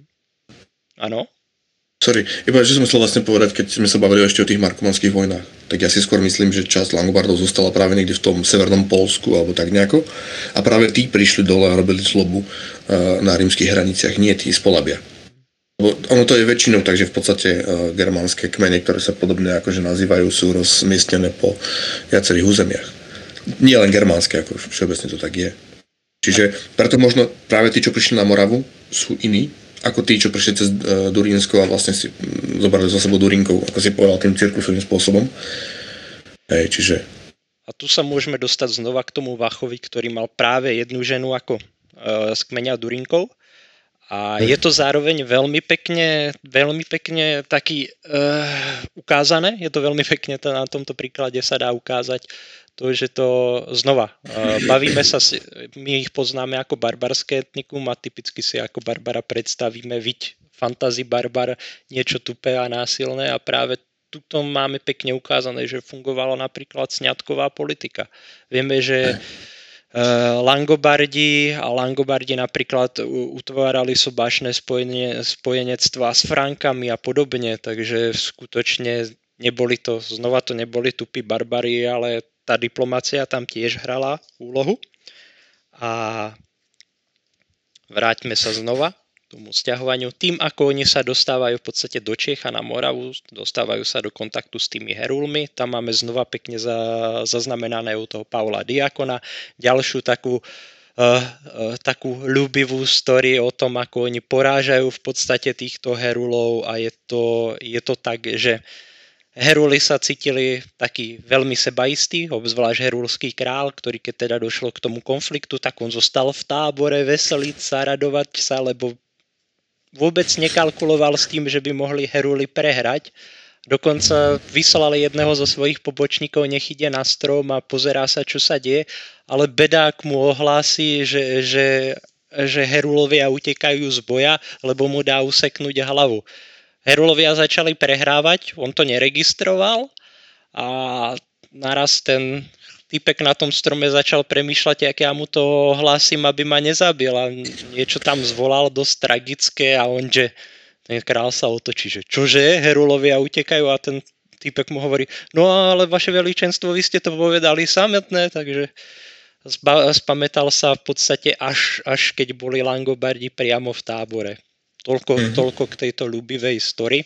Áno? Sorry, iba že som chcel vlastne povedať, keď sme sa bavili ešte o tých markomanských vojnách, tak ja si skôr myslím, že časť Langobardov zostala práve niekde v tom severnom Poľsku alebo tak nejako a práve tí prišli dole a robili zlobu na rímskych hraniciach, nie tí z Polabia. Lebo ono to je väčšinou, takže v podstate uh, germánske kmene, ktoré sa podobne akože nazývajú, sú rozmiestnené po viacerých územiach. Nie len germánske, ako všeobecne to tak je. Čiže preto možno práve tí, čo prišli na Moravu, sú iní, ako tí, čo prišli cez uh, Durínsko a vlastne si um, zobrali za sebou Durínkov, ako si povedal, tým cirkusovým spôsobom. Hej, čiže... A tu sa môžeme dostať znova k tomu Vachovi, ktorý mal práve jednu ženu ako uh, z kmeňa Durínkov. A je to zároveň veľmi pekne, veľmi pekne taký uh, ukázané, je to veľmi pekne, to na tomto príklade sa dá ukázať to, že to znova, uh, bavíme sa, si, my ich poznáme ako barbarské etnikum a typicky si ako Barbara predstavíme, viď fantasy barbar, niečo tupé a násilné a práve tuto máme pekne ukázané, že fungovala napríklad sňatková politika. Vieme, že Langobardi a Langobardi napríklad utvárali sobášne spojenie, spojenectvá s Frankami a podobne, takže skutočne neboli to, znova to neboli tupí barbari, ale tá diplomácia tam tiež hrala úlohu. A vráťme sa znova k tomu sťahovaniu. Tým, ako oni sa dostávajú v podstate do Čech a na Moravu, dostávajú sa do kontaktu s tými herulmi, tam máme znova pekne za, zaznamenané u toho Pavla Diakona ďalšiu takú, uh, uh, takú ľúbivú story o tom, ako oni porážajú v podstate týchto herulov a je to, je to tak, že heruli sa cítili taký veľmi sebaistý, obzvlášť herulský král, ktorý keď teda došlo k tomu konfliktu, tak on zostal v tábore veseliť sa, radovať sa, lebo vôbec nekalkuloval s tým, že by mohli heruli prehrať. Dokonca vyslal jedného zo svojich pobočníkov, nech ide na strom a pozerá sa, čo sa deje, ale bedák mu ohlási, že, že, že herulovia utekajú z boja, lebo mu dá useknúť hlavu. Herulovia začali prehrávať, on to neregistroval a naraz ten týpek na tom strome začal premýšľať, jak ja mu to hlásim, aby ma nezabil a niečo tam zvolal dosť tragické a on, že ten král sa otočí, že čože, herulovia utekajú a ten týpek mu hovorí, no ale vaše veličenstvo, vy ste to povedali samotné, takže spamätal sa v podstate až, až keď boli Langobardi priamo v tábore. Toľko, mm-hmm. toľko k tejto ľúbivej story.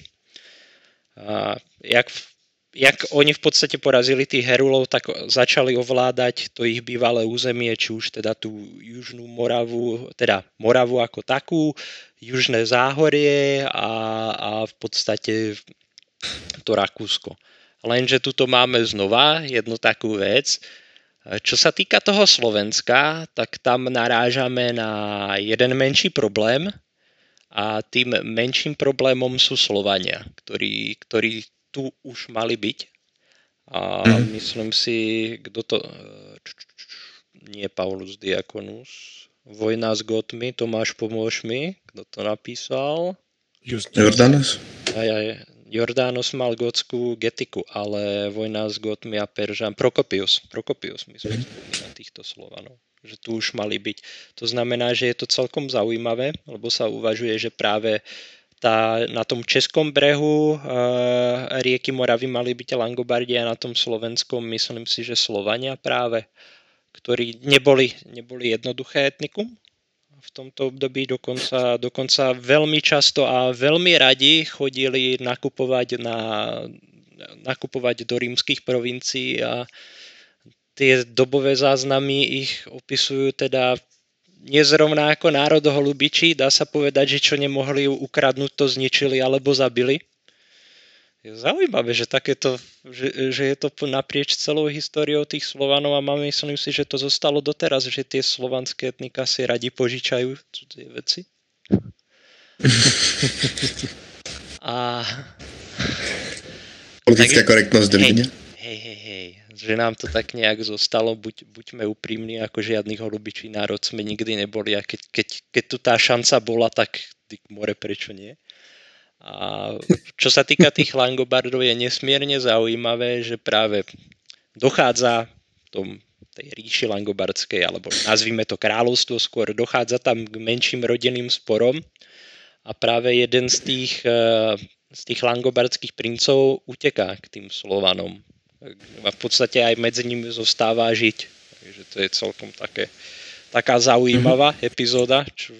A jak Jak oni v podstate porazili tých herulov, tak začali ovládať to ich bývalé územie, či už teda tú južnú Moravu, teda Moravu ako takú, južné Záhorie a, a v podstate to Rakúsko. Lenže tuto máme znova jednu takú vec. Čo sa týka toho Slovenska, tak tam narážame na jeden menší problém a tým menším problémom sú Slovania, ktorí, ktorí tu už mali byť a mm. myslím si, kto to nie Paulus Diakonus, Vojna s Gotmi, Tomáš, pomôž mi, kto to napísal? Jordanos? Aj, aj, Jordanos mal gotskú getiku, ale Vojna s Gotmi a Peržan, Prokopius, Prokopius myslím mm. na týchto Slovanov, že tu už mali byť. To znamená, že je to celkom zaujímavé, lebo sa uvažuje, že práve Tá, na tom českom brehu e, rieky Moravy mali byť Langobardi a na tom slovenskom myslím si, že Slovania práve, ktorí neboli, neboli jednoduché etnikum v tomto období, dokonca, dokonca veľmi často a veľmi radi chodili nakupovať, na, nakupovať do rímskych provincií a tie dobové záznamy ich opisujú teda nie zrovna ako národoholubiči, dá sa povedať, že čo nemohli ukradnúť, to zničili alebo zabili. Je zaujímavé, že takéto, že, že je to naprieč celou históriou tých Slovanov a mám, myslím si, že to zostalo doteraz, že tie slovanské etnika si radi požičajú cudzie veci. A... Politická korektnosť, dovidenia. Hej, hej, hej, že nám to tak nejak zostalo, buď, buďme úprimní, ako žiadny holubičí národ sme nikdy neboli a keď, keď, keď tu tá šanca bola, tak more, prečo nie? A čo sa týka tých Langobardov, je nesmierne zaujímavé, že práve dochádza v tom, tej ríši Langobardskej, alebo nazvime to kráľovstvo skôr, dochádza tam k menším rodinným sporom a práve jeden z tých, z tých langobardských princov uteká k tým Slovanom. A v podstate aj medzi nimi zostáva žiť. Takže to je celkom také, taká zaujímavá mm-hmm. epizóda, čo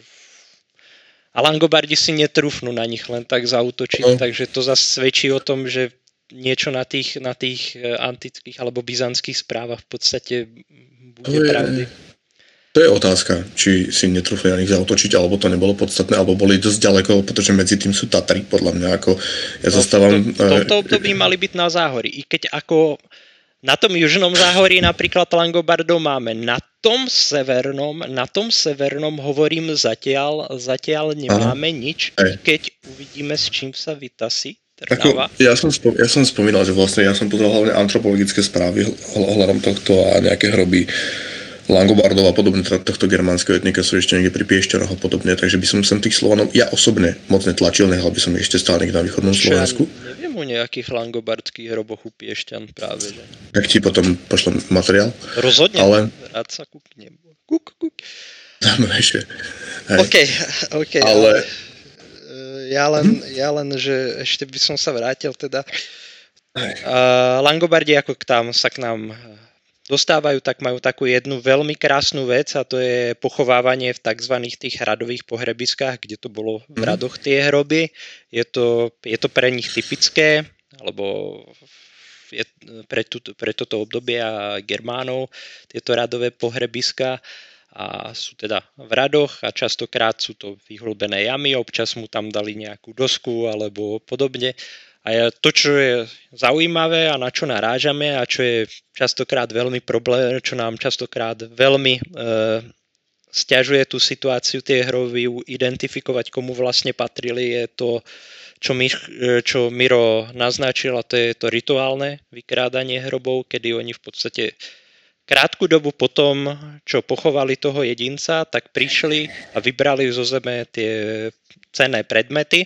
a Langobardi si netrúfnú na nich len tak zaútočiť, no. Takže to zase svedčí o tom, že niečo na tých, na tých antických alebo byzantských správach v podstate bude to je, pravdy. To je otázka, či si netrúfli na nich zaútočiť, alebo to nebolo podstatné, alebo boli dosť ďaleko, pretože medzi tým sú Tatry, podľa mňa, ako ja zastávam... No, v, to, v tomto období mali byť na záhorí, i keď ako... Na tom južnom záhorí napríklad Langobardov máme, na tom severnom, na tom severnom hovorím zatiaľ, zatiaľ nemáme Aha. nič, Aj. keď uvidíme, s čím sa vytasí Trnava. Ako, ja, som spom, ja som spomínal, že vlastne ja som pozeral hlavne antropologické správy ohľadom tohto a nejaké hroby Langobardov a podobne, tohto germánskeho etnika sú ešte niekde pri Piešťanoch a podobne, takže by som sem tých Slovanov, ja osobne moc netlačil, nechal by som ešte stále niekde na východnom Slovensku. Ja neviem o nejakých langobardských hroboch u Piešťan práve, že? Tak ti potom pošlem materiál. Rozhodne, ale... rád sa kúknem. Kúk, kúk. Dáme ešte. OK, OK, ale... ale ja, len, ja len, že ešte by som sa vrátil teda. Uh, Langobardi ako k tam, sa k nám dostávajú, tak majú takú jednu veľmi krásnu vec a to je pochovávanie v tzv. Tých hradových pohrebiskách, kde to bolo v hradoch tie hroby. Je to, je to pre nich typické, alebo je pre, tu, pre toto obdobie a Germánov tieto radové pohrebiska a sú teda v radoch a častokrát sú to vyhlbené jamy, občas mu tam dali nejakú dosku alebo podobne. A to, čo je zaujímavé a na čo narážame a čo je častokrát veľmi problém, čo nám častokrát veľmi e, sťažuje tú situáciu tie hroby, identifikovať, komu vlastne patrili, je to, čo, My, čo Miro naznačil, a to je to rituálne vykrádanie hrobov, kedy oni v podstate krátku dobu potom, čo pochovali toho jedinca, tak prišli a vybrali zo zeme tie cenné predmety.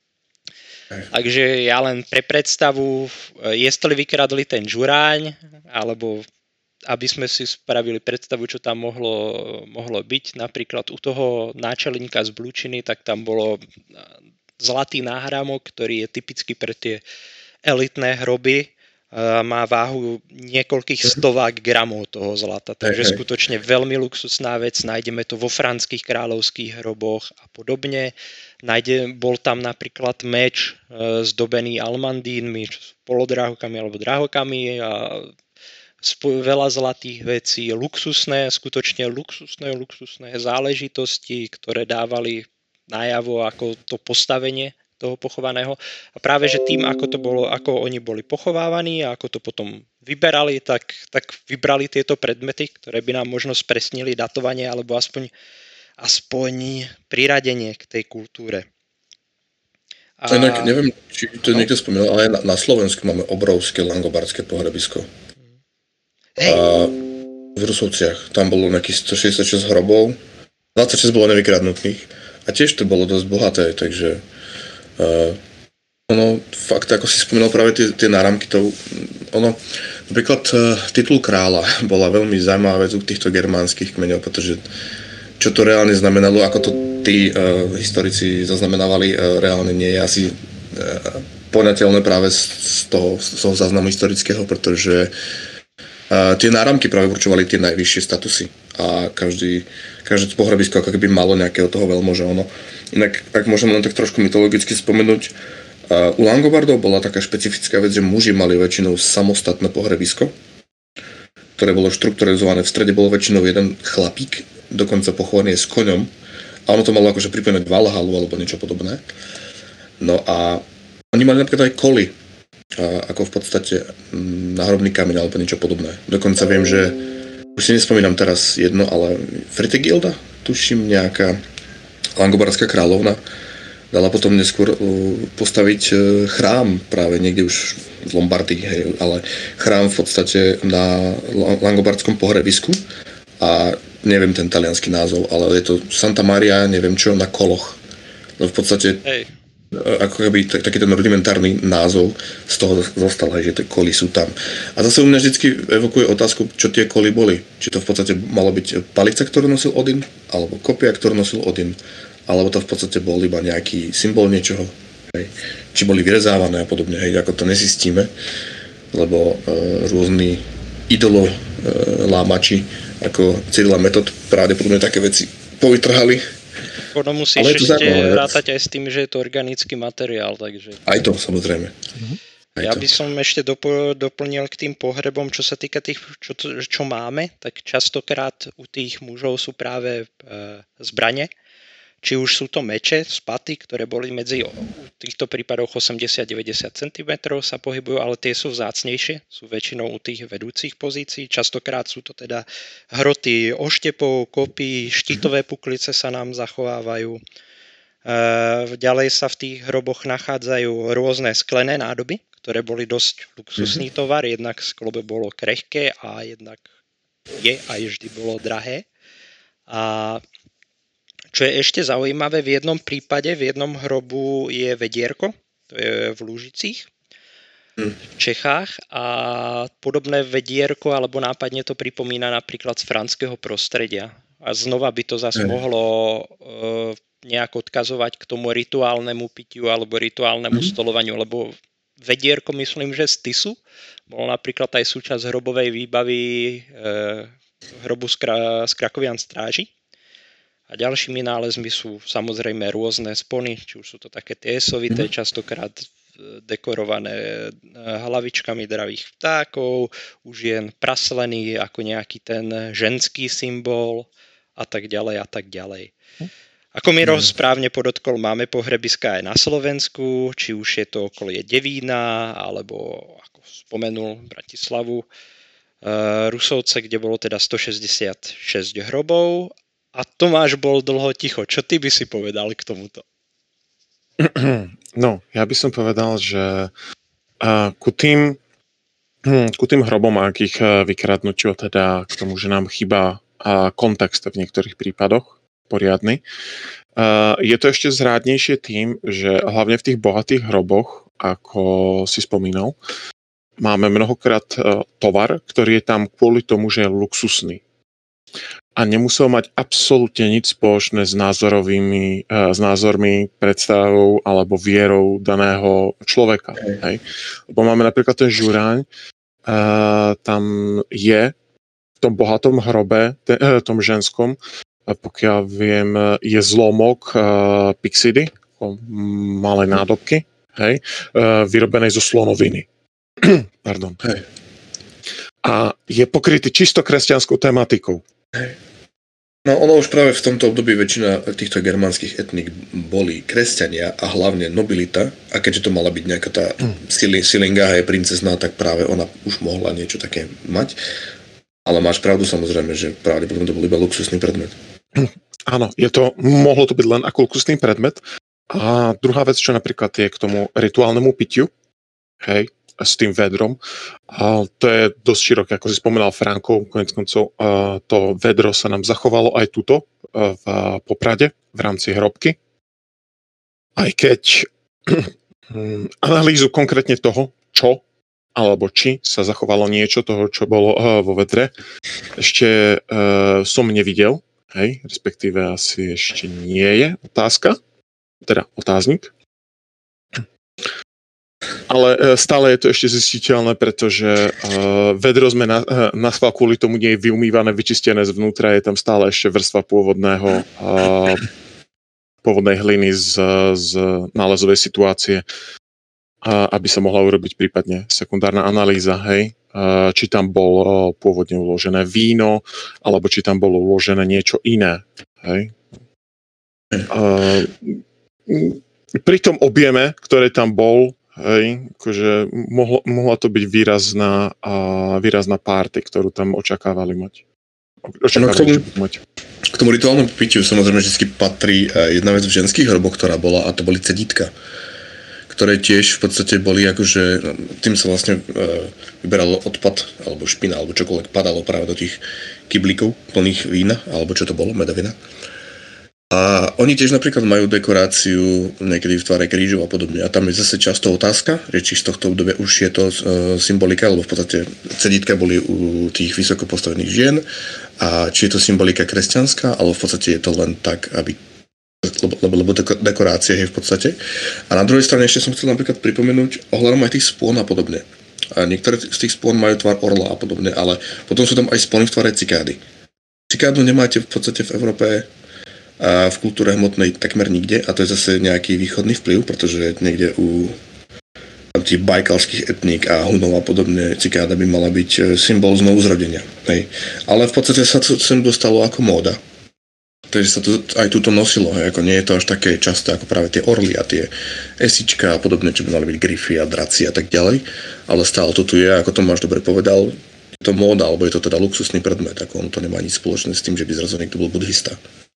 Takže ja len pre predstavu, jestli vykradli ten žuráň, alebo aby sme si spravili predstavu, čo tam mohlo, mohlo byť. Napríklad u toho náčelníka z Blúčiny, tak tam bolo zlatý náhramok, ktorý je typický pre tie elitné hroby. Má váhu niekoľkých stovák gramov toho zlata, takže skutočne veľmi luxusná vec, nájdeme to vo franských kráľovských hroboch a podobne. Nájde, bol tam napríklad meč e, zdobený almandínmi, polodráhokami alebo dráhokami a spo, veľa zlatých vecí, luxusné, skutočne luxusné, luxusné záležitosti, ktoré dávali najavo ako to postavenie toho pochovaného. A práve, že tým, ako to bolo, ako oni boli pochovávaní a ako to potom vyberali, tak, tak vybrali tieto predmety, ktoré by nám možno spresnili datovanie alebo aspoň, aspoň priradenie k tej kultúre. A... Inak neviem, či to no. niekto spomínal, ale na, na Slovensku máme obrovské langobardské pohrebisko. Hej. A v Rusovciach tam bolo nejakých stošesťdesiatšesť hrobov, dvadsaťšesť bolo nevykradnutých a tiež to bolo dosť bohaté, takže Uh, ono, fakt, ako si spomínal práve tie, tie náramky, to, ono, napríklad uh, titul kráľa bola veľmi zaujímavá vec u týchto germánskych kmeňov, pretože čo to reálne znamenalo, ako to tí uh, historici zaznamenávali, uh, reálne nie je asi uh, poňateľné práve z, z, toho, z toho záznamu historického, pretože uh, tie náramky práve určovali tie najvyššie statusy a každý, každé pohrebisko ako keby malo nejakého toho veľmoža, ono. Inak, ak môžem len tak trošku mytologicky spomenúť, uh, u Langobardov bola taká špecifická vec, že muži mali väčšinou samostatné pohrebisko, ktoré bolo štrukturalizované. V strede bol väčšinou jeden chlapík, dokonca pochovaný s koňom, a ono to malo akože pripomínať Valhalu alebo niečo podobné. No a oni mali napríklad aj koly, ako v podstate náhrobný kameň alebo niečo podobné. Dokonca viem, že už si nespomínam teraz jedno, ale Fritigilda, tuším nejaká langobardská kráľovna, dala potom neskôr postaviť chrám práve niekde už v Lombardii, hej, ale chrám v podstate na langobardskom pohrebisku a neviem ten taliansky názov, ale je to Santa Maria, neviem čo, na koloch. No v podstate hej. Ako keby tak, taký ten rudimentárny názov z toho zostal, hej, že tie koly sú tam. A zase u mňa vždycky evokuje otázku, čo tie koly boli. Či to v podstate malo byť palica, ktorú nosil Odin, alebo kopia, ktorú nosil Odin, alebo to v podstate bol iba nejaký symbol niečoho. Hej. Či boli vyrezávané a podobne, hej, ako to nezistíme, lebo e, rôzni idolo e, lámači ako Cyril a Metod pravdepodobne také veci povytrhali. Ono musíš ešte rátať aj s tým, že je to organický materiál, takže... Aj to, samozrejme. Mhm. Aj ja to. by som ešte dopl- doplnil k tým pohrebom, čo sa týka tých, čo, čo máme, tak častokrát u tých mužov sú práve e, zbrane. Či už sú to meče, spaty, ktoré boli medzi v týchto prípadoch osemdesiat až deväťdesiat centimetrov sa pohybujú, ale tie sú vzácnejšie, sú väčšinou u tých vedúcich pozícií. Častokrát sú to teda hroty oštepov, kopí, štítové puklice sa nám zachovávajú. E, ďalej sa v tých hroboch nachádzajú rôzne sklené nádoby, ktoré boli dosť luxusný tovar, jednak sklo bolo krehké a jednak je aj vždy bolo drahé. A čo je ešte zaujímavé, v jednom prípade, v jednom hrobu je vedierko, to je v Lúžicích, v Čechách a podobné vedierko, alebo nápadne to pripomína napríklad z franského prostredia. A znova by to zase mohlo e, nejak odkazovať k tomu rituálnemu pitiu alebo rituálnemu mm. stolovaniu, lebo vedierko, myslím, že z Tisu, bolo napríklad aj súčasť hrobovej výbavy e, hrobu z, Kra- z Krakovian stráži. A ďalšími nálezmi sú samozrejme rôzne spony, či už sú to také tiesovité, mm. častokrát dekorované hlavičkami dravých vtákov, už jen praslený ako nejaký ten ženský symbol a tak ďalej a tak ďalej. Ako Miro správne podotkol, máme pohrebiska aj na Slovensku, či už je to okolie Devína, alebo ako spomenul Bratislavu, Rusovce, kde bolo teda stošesťdesiatšesť hrobov. A Tomáš bol dlho ticho. Čo ty by si povedal k tomuto? No, ja by som povedal, že uh, ku, tým, hm, ku tým hrobom a k ich uh, vykradnutiu, teda k tomu, že nám chýba uh, kontext v niektorých prípadoch poriadny, uh, je to ešte zrádnejšie tým, že hlavne v tých bohatých hroboch, ako si spomínal, máme mnohokrát uh, tovar, ktorý je tam kvôli tomu, že je luxusný. A nemusel mať absolútne nič spoločné s názorovými, s názormi, predstavou alebo vierou daného človeka. Okay. Hej. Lebo máme napríklad ten žuráň, uh, tam je v tom bohatom hrobe, te, uh, tom ženskom, uh, pokiaľ viem, je zlomok uh, pyxidy, malé nádobky, hej, uh, vyrobenej zo slonoviny. Pardon. Hej. A je pokrytý čisto kresťanskou tematikou. No ono už práve v tomto období väčšina týchto germánskych etník boli kresťania a hlavne nobilita a keďže to mala byť nejaká tá mm. silinga aj princezná, tak práve ona už mohla niečo také mať. Ale máš pravdu samozrejme, že pravdepodobne to bol iba luxusný predmet. Áno, je to, mohlo to byť len ako luxusný predmet. A druhá vec, čo napríklad je k tomu rituálnemu pitiu, hej, s tým vedrom. A to je dosť široké, ako si spomínal Franko, konec koncov to vedro sa nám zachovalo aj tuto v Poprade v rámci hrobky. Aj keď analýzu konkrétne toho, čo alebo či sa zachovalo niečo toho, čo bolo vo vedre, ešte som nevidel, hej, respektíve asi ešte nie je otázka, teda otáznik. Ale stále je to ešte zistiteľné, pretože uh, vedro sme na, uh, naschvál kvôli tomu nie je vyumývané, vyčistené zvnútra, je tam stále ešte vrstva pôvodného uh, pôvodnej hliny z, z nálezovej situácie, uh, aby sa mohla urobiť prípadne sekundárna analýza, hej, uh, či tam bol uh, pôvodne uložené víno, alebo či tam bolo uložené niečo iné, hej. Uh, pri tom objeme, ktoré tam bol, Hej, akože mohlo, mohla to byť výrazná, a výrazná party, ktorú tam očakávali mať. Očakávali, No, k tomu- že budú mať. K tomu rituálnemu pitiu samozrejme vždy patrí eh, jedna vec v ženských hroboch, ktorá bola, a to boli cedítka, ktoré tiež v podstate boli akože, no, tým sa vlastne e, vyberalo odpad, alebo špina, alebo čokoľvek padalo práve do tých kyblíkov plných vína, alebo čo to bolo, medovina. A oni tiež napríklad majú dekoráciu niekedy v tvare krížov a podobne. A tam je zase často otázka, že či z tohto obdobia už je to e, symbolika, lebo v podstate cedítka boli u tých vysoko postavených žien, a či je to symbolika kresťanská, alebo v podstate je to len tak, aby lebo, lebo, lebo dekorácia je v podstate. A na druhej strane ešte som chcel napríklad pripomenúť ohľadom aj tých spôn a podobne. A niektoré z tých spón majú tvar orla a podobne, ale potom sú tam aj spóny v tvare cikády. Cikádu nemáte v podstate v Európe a v kultúre hmotnej takmer nikde, a to je zase nejaký východný vplyv, pretože niekde u tých bajkalských etník a Hunov a podobne cikáda by mala byť symbol znovu zrodenia. Hej. Ale v podstate sa to sem dostalo ako móda. Takže sa to aj túto nosilo, hej. Ako nie je to až také časté ako práve tie orly a tie esička a podobne, čo by mali byť grify a draci a tak ďalej, ale stále to tu je, ako Tomáš dobre povedal, je to móda, alebo je to teda luxusný predmet, ako on to nemá nič spoločné s tým, že by zrazu niekto bol buddhista.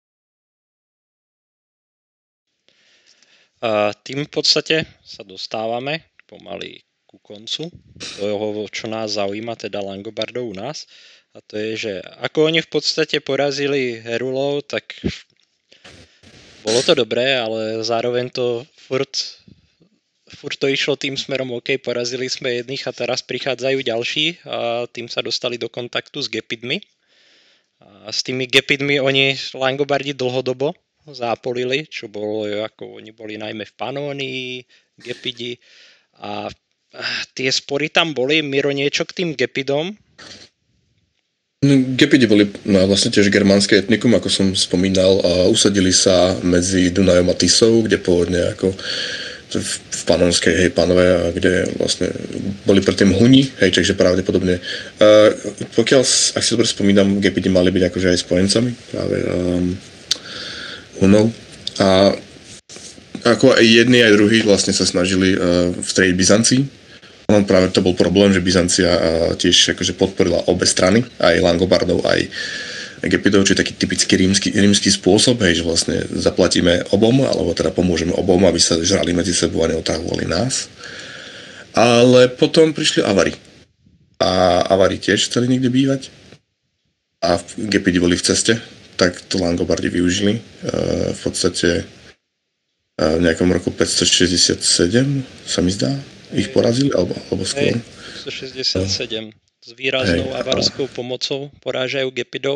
A tým v podstate sa dostávame pomaly ku koncu toho, čo nás zaujíma, teda Langobardov u nás. A to je, že ako oni v podstate porazili Herulov, tak bolo to dobré, ale zároveň to furt, furt to išlo tým smerom, OK, porazili sme jedných a teraz prichádzajú ďalší a tým sa dostali do kontaktu s Gepidmi. A s tými Gepidmi oni Langobardi dlhodobo zápolili, čo bolo, ako oni boli najmä v Panónii, Gepidi, a tie spory tam boli. Miro, niečo k tým Gepidom? No, Gepidi boli no, vlastne tiež germánske etnikum, ako som spomínal, a usadili sa medzi Dunajom a Tisou, kde pôvodne ako v, v panonskej, hej, panove, a kde vlastne boli predtým Huni, hej, takže pravdepodobne. Uh, pokiaľ, ak si dobre spomínam, Gepidi mali byť akože aj spojencami práve um, Hunov. A ako aj jedni, aj druhí vlastne sa snažili uh, vstrediť Byzancii. On práve to bol problém, že Byzancia uh, tiež akože podporila obe strany, aj Langobardov, aj Gepidov, čo je taký typický rímsky, rímsky spôsob, hej, že vlastne zaplatíme obom, alebo teda pomôžeme obom, aby sa žrali medzi sebou a neotravovali nás. Ale potom prišli Avari. A Avari tiež chceli niekde bývať. A Gepidi boli v ceste, tak to Langobardi využili. Uh, v podstate uh, v nejakom roku päťstošesťdesiatsedem sa mi zdá, ich porazili, alebo, alebo skôr. Hej, päťstošesťdesiatsedem. S výraznou Hej, avarskou pomocou porážajú Gepidov.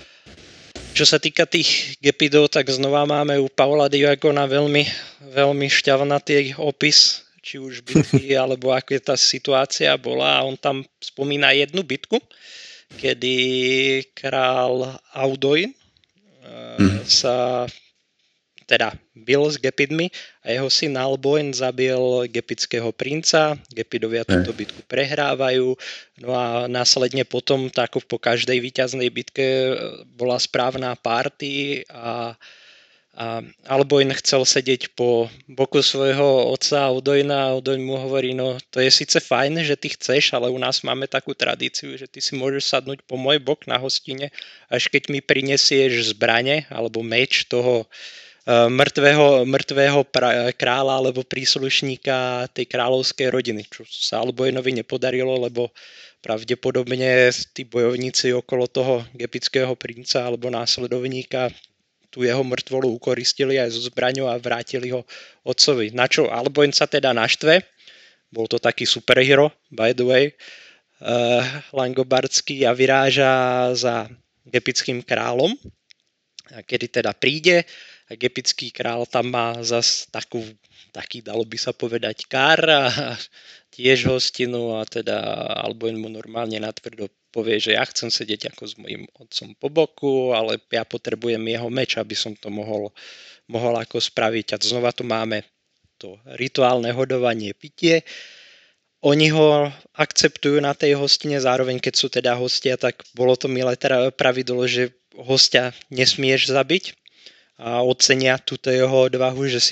Čo sa týka tých Gepidov, tak znova máme u Paula Diagona veľmi, veľmi šťavnatý opis, či už bitky, alebo ako je tá situácia bola. A on tam spomína jednu bitku, kedy král Audoin hmm. sa teda bil s Gepidmi a jeho syn Alboin zabil gepidského princa. Gepidovia túto bitku prehrávajú, no a následne potom, tak po každej víťaznej bitke bola správna party a A Alboin chcel sedieť po boku svojho otca Audoina a Audoin mu hovorí, no to je síce fajn, že ty chceš, ale u nás máme takú tradíciu, že ty si môžeš sadnúť po môj bok na hostine, až keď mi prinesieš zbrane alebo meč toho uh, mŕtvého, mŕtvého pra, kráľa alebo príslušníka tej kráľovskej rodiny, čo sa Alboinovi nepodarilo, lebo pravdepodobne tí bojovníci okolo toho gepidského princa alebo následovníka tú jeho mŕtvolu ukoristili aj so zbraňou a vrátili ho otcovi. Na čo Alboin sa teda naštve, bol to taký superhero, by the way, uh, langobardský, a vyráža za gepidským kráľom. A kedy teda príde, a gepidský král tam má zas takú, taký, dalo by sa povedať, kár a tiež hostinu, a teda Alboin mu normálne natvrdo povie, že ja chcem sedieť ako s mojím otcom po boku, ale ja potrebujem jeho meč, aby som to mohol, mohol ako spraviť. A znova tu máme to rituálne hodovanie, pitie. Oni ho akceptujú na tej hostine, zároveň keď sú teda hostia, tak bolo to milé teda pravidlo, že hostia nesmieš zabiť, a ocenia túto jeho odvahu, že si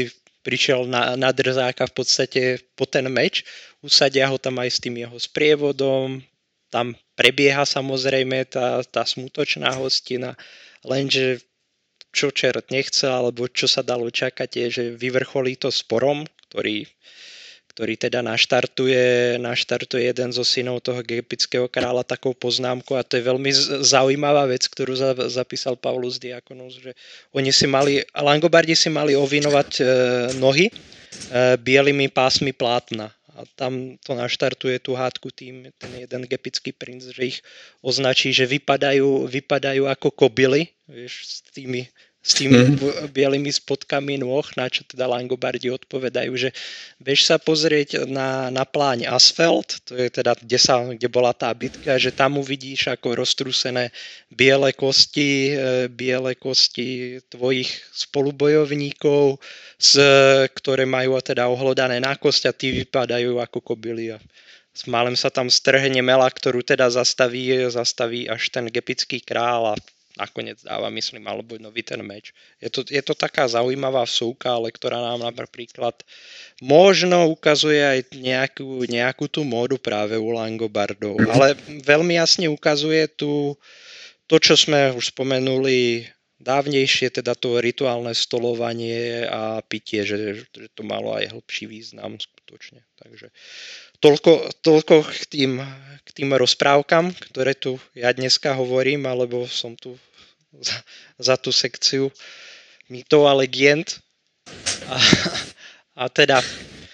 prišiel na, na drzáka v podstate po ten meč, usadia ho tam aj s tým jeho sprievodom, tam prebieha samozrejme tá, tá smutočná hostina, lenže čo čert nechcel, alebo čo sa dalo čakať je, že vyvrcholí to sporom, ktorý ktorý teda naštartuje, naštartuje jeden zo synov toho egyptského kráľa takou poznámkou a to je veľmi zaujímavá vec, ktorú za, zapísal Paulus Diakonus, že oni si mali, Langobardi si mali ovinovať e, nohy e, bielými pásmi plátna a tam to naštartuje tú hádku tým, ten jeden egyptský princ, že ich označí, že vypadajú, vypadajú ako kobily, vieš, s tými s tými mm. bielými spodkami nôh, na čo teda Langobardi odpovedajú, že bež sa pozrieť na, na pláň Asfeld, to je teda, kde, sa, kde bola tá bitka, že tam uvidíš ako roztrúsené biele kosti, biele kosti tvojich spolubojovníkov, z, ktoré majú teda ohlodané na kosť a tí vypadajú ako kobily. A s málem sa tam strhne mela, ktorú teda zastaví, zastaví až ten egyptský král a nakoniec dáva, myslím, alebo nový ten meč. Je to, je to taká zaujímavá vsúka, ale ktorá nám napríklad možno ukazuje aj nejakú, nejakú tú módu práve u Langobardov, ale veľmi jasne ukazuje tu to, čo sme už spomenuli dávnejšie, teda to rituálne stolovanie a pitie, že, že to malo aj hĺbší význam skutočne. Takže toľko, toľko k tým, k tým rozprávkam, ktoré tu ja dneska hovorím, alebo som tu za, za tú sekciu mýtov a legend. A, a teda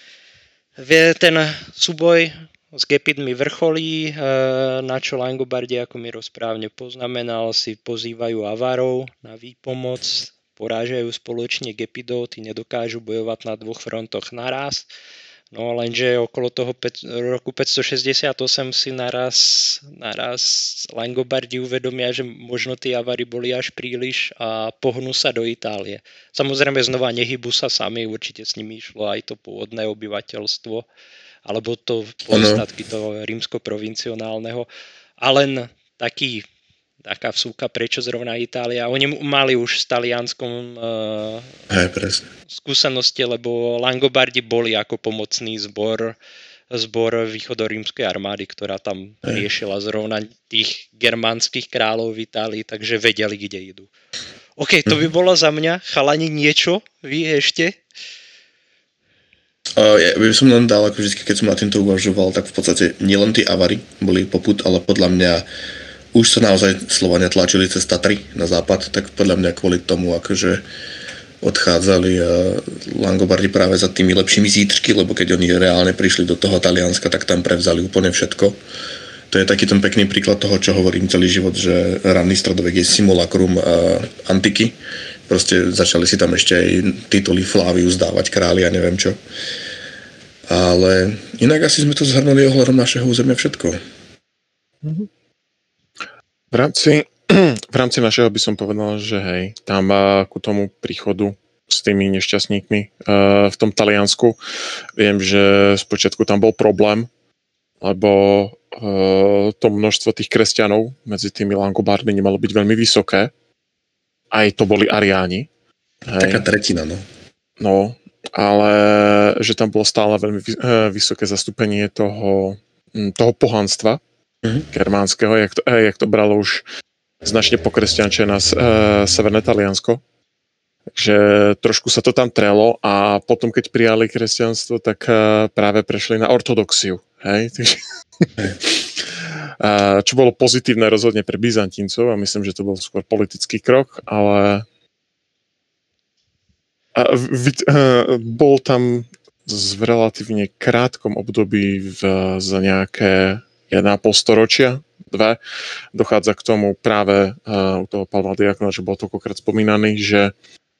ten súboj s Gepidmi vrcholí, na čo Langobardi, ako mi rozprávne poznamenal, si pozývajú Avarov na výpomoc, porážajú spoločne Gepidov, tí nedokážu bojovať na dvoch frontoch naraz. No lenže okolo toho roku päťstošesťdesiatosem si naraz, naraz Langobardi uvedomia, že možno tí Avari boli až príliš a pohnú sa do Itálie. Samozrejme znova nehybu sa sami, určite s nimi išlo aj to pôvodné obyvateľstvo, alebo to pozostatky toho rímsko-provincionálneho. A len taký taká vsúka, prečo zrovna Itália. Oni mali už s Talianskom uh, Hej, presne. skúsenosti, lebo Langobardi boli ako pomocný zbor, zbor východorímskej armády, ktorá tam Hej. riešila zrovna tých germánskych kráľov v Itálii, takže vedeli, kde idú. OK, to by bolo za mňa. Chalani, niečo? Vy ešte? Uh, ja by som len dal, ako vždy, keď som na týmto uvažoval, tak v podstate nielen tí Avari boli popud, ale podľa mňa už sa naozaj Slovania tlačili cez Tatry na západ, tak podľa mňa kvôli tomu akože odchádzali a Langobardi práve za tými lepšími zítržky, lebo keď oni reálne prišli do toho Talianska, tak tam prevzali úplne všetko. To je taký ten pekný príklad toho, čo hovorím celý život, že ranný stredovek je simulacrum antiky. Proste začali si tam ešte aj tituly Flavius dávať, králi a neviem čo. Ale inak asi sme to zhrnuli ohľadom našeho územia všetko. Mhm. V rámci, v rámci našeho by som povedal, že hej, tam ku tomu príchodu s tými nešťastníkmi v tom Taliansku, viem, že spočiatku tam bol problém, lebo to množstvo tých kresťanov medzi tými Langobardmi nemalo byť veľmi vysoké. Aj to boli Ariáni. Hej. Taká tretina, no. No, ale že tam bolo stále veľmi vysoké zastúpenie toho, toho pohanstva, Mm-hmm. germánskeho, jak to, jak to bralo už značne pokresťančie na uh, severné Taliansko. Takže trošku sa to tam trelo a potom, keď prijali kresťanstvo, tak uh, práve prešli na ortodoxiu. Hej? uh, čo bolo pozitívne rozhodne pre Byzantíncov a myslím, že to bol skôr politický krok, ale uh, vid, uh, bol tam v relatívne krátkom období v, za nejaké jeden a pol storočia, dve, dochádza k tomu práve uh, u toho Pavla Diakona, že bol toľkokrát spomínaný, že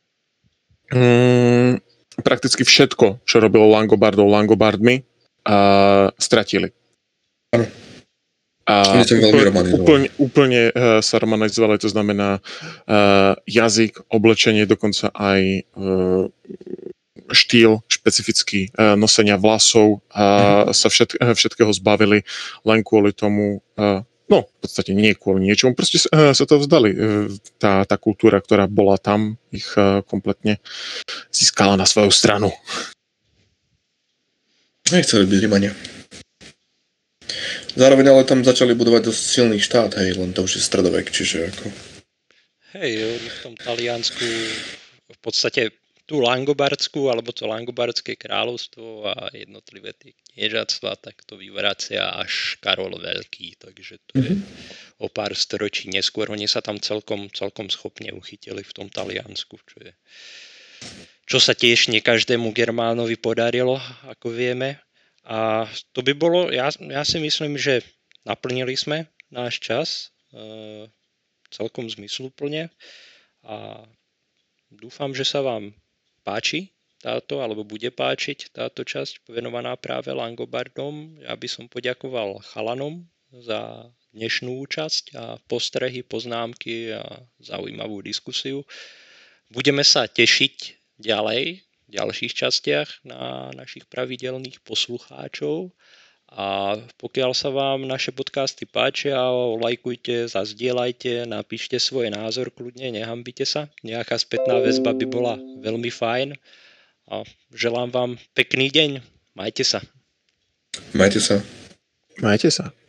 um, prakticky všetko, čo robilo Langobardov Langobardmi, uh, stratili. Áno. A úplne, úplne, úplne uh, sa romanizovali, to znamená uh, jazyk, oblečenie, dokonca aj uh, štýl špecifický uh, nosenia vlasov uh, mm. sa všet, uh, všetkého zbavili len kvôli tomu uh, No, v podstate nie kvôli niečomu, proste sa, sa to vzdali. Tá, tá kultúra, ktorá bola tam, ich kompletne získala na svoju stranu. Nechceli byť Rímania. Zároveň ale tam začali budovať dosť silný štát, hej, len to už je stredovek, čiže ako... Hej, oni v tom Taliansku v podstate tú Langobardskú, alebo to Langobardské kráľovstvo a jednotlivé tie kniežatstva, tak to vyvracia až Karol Veľký, takže to mm-hmm. je o pár storočí neskôr. Oni sa tam celkom, celkom schopne uchytili v tom Taliansku, čo je, čo sa tiež nie každému Germánovi podarilo, ako vieme. A to by bolo, ja, ja si myslím, že naplnili sme náš čas e, celkom zmysluplne a dúfam, že sa vám páči táto, alebo bude páčiť táto časť venovaná práve Langobardom. Ja by som poďakoval chalanom za dnešnú účasť a postrehy, poznámky a zaujímavú diskusiu. Budeme sa tešiť ďalej v ďalších častiach na našich pravidelných poslucháčov a pokiaľ sa vám naše podcasty páčia, lajkujte, zazdieľajte, napíšte svoj názor kľudne, nehambite sa. Nejaká spätná väzba by bola veľmi fajn a želám vám pekný deň. Majte sa. Majte sa. Majte sa.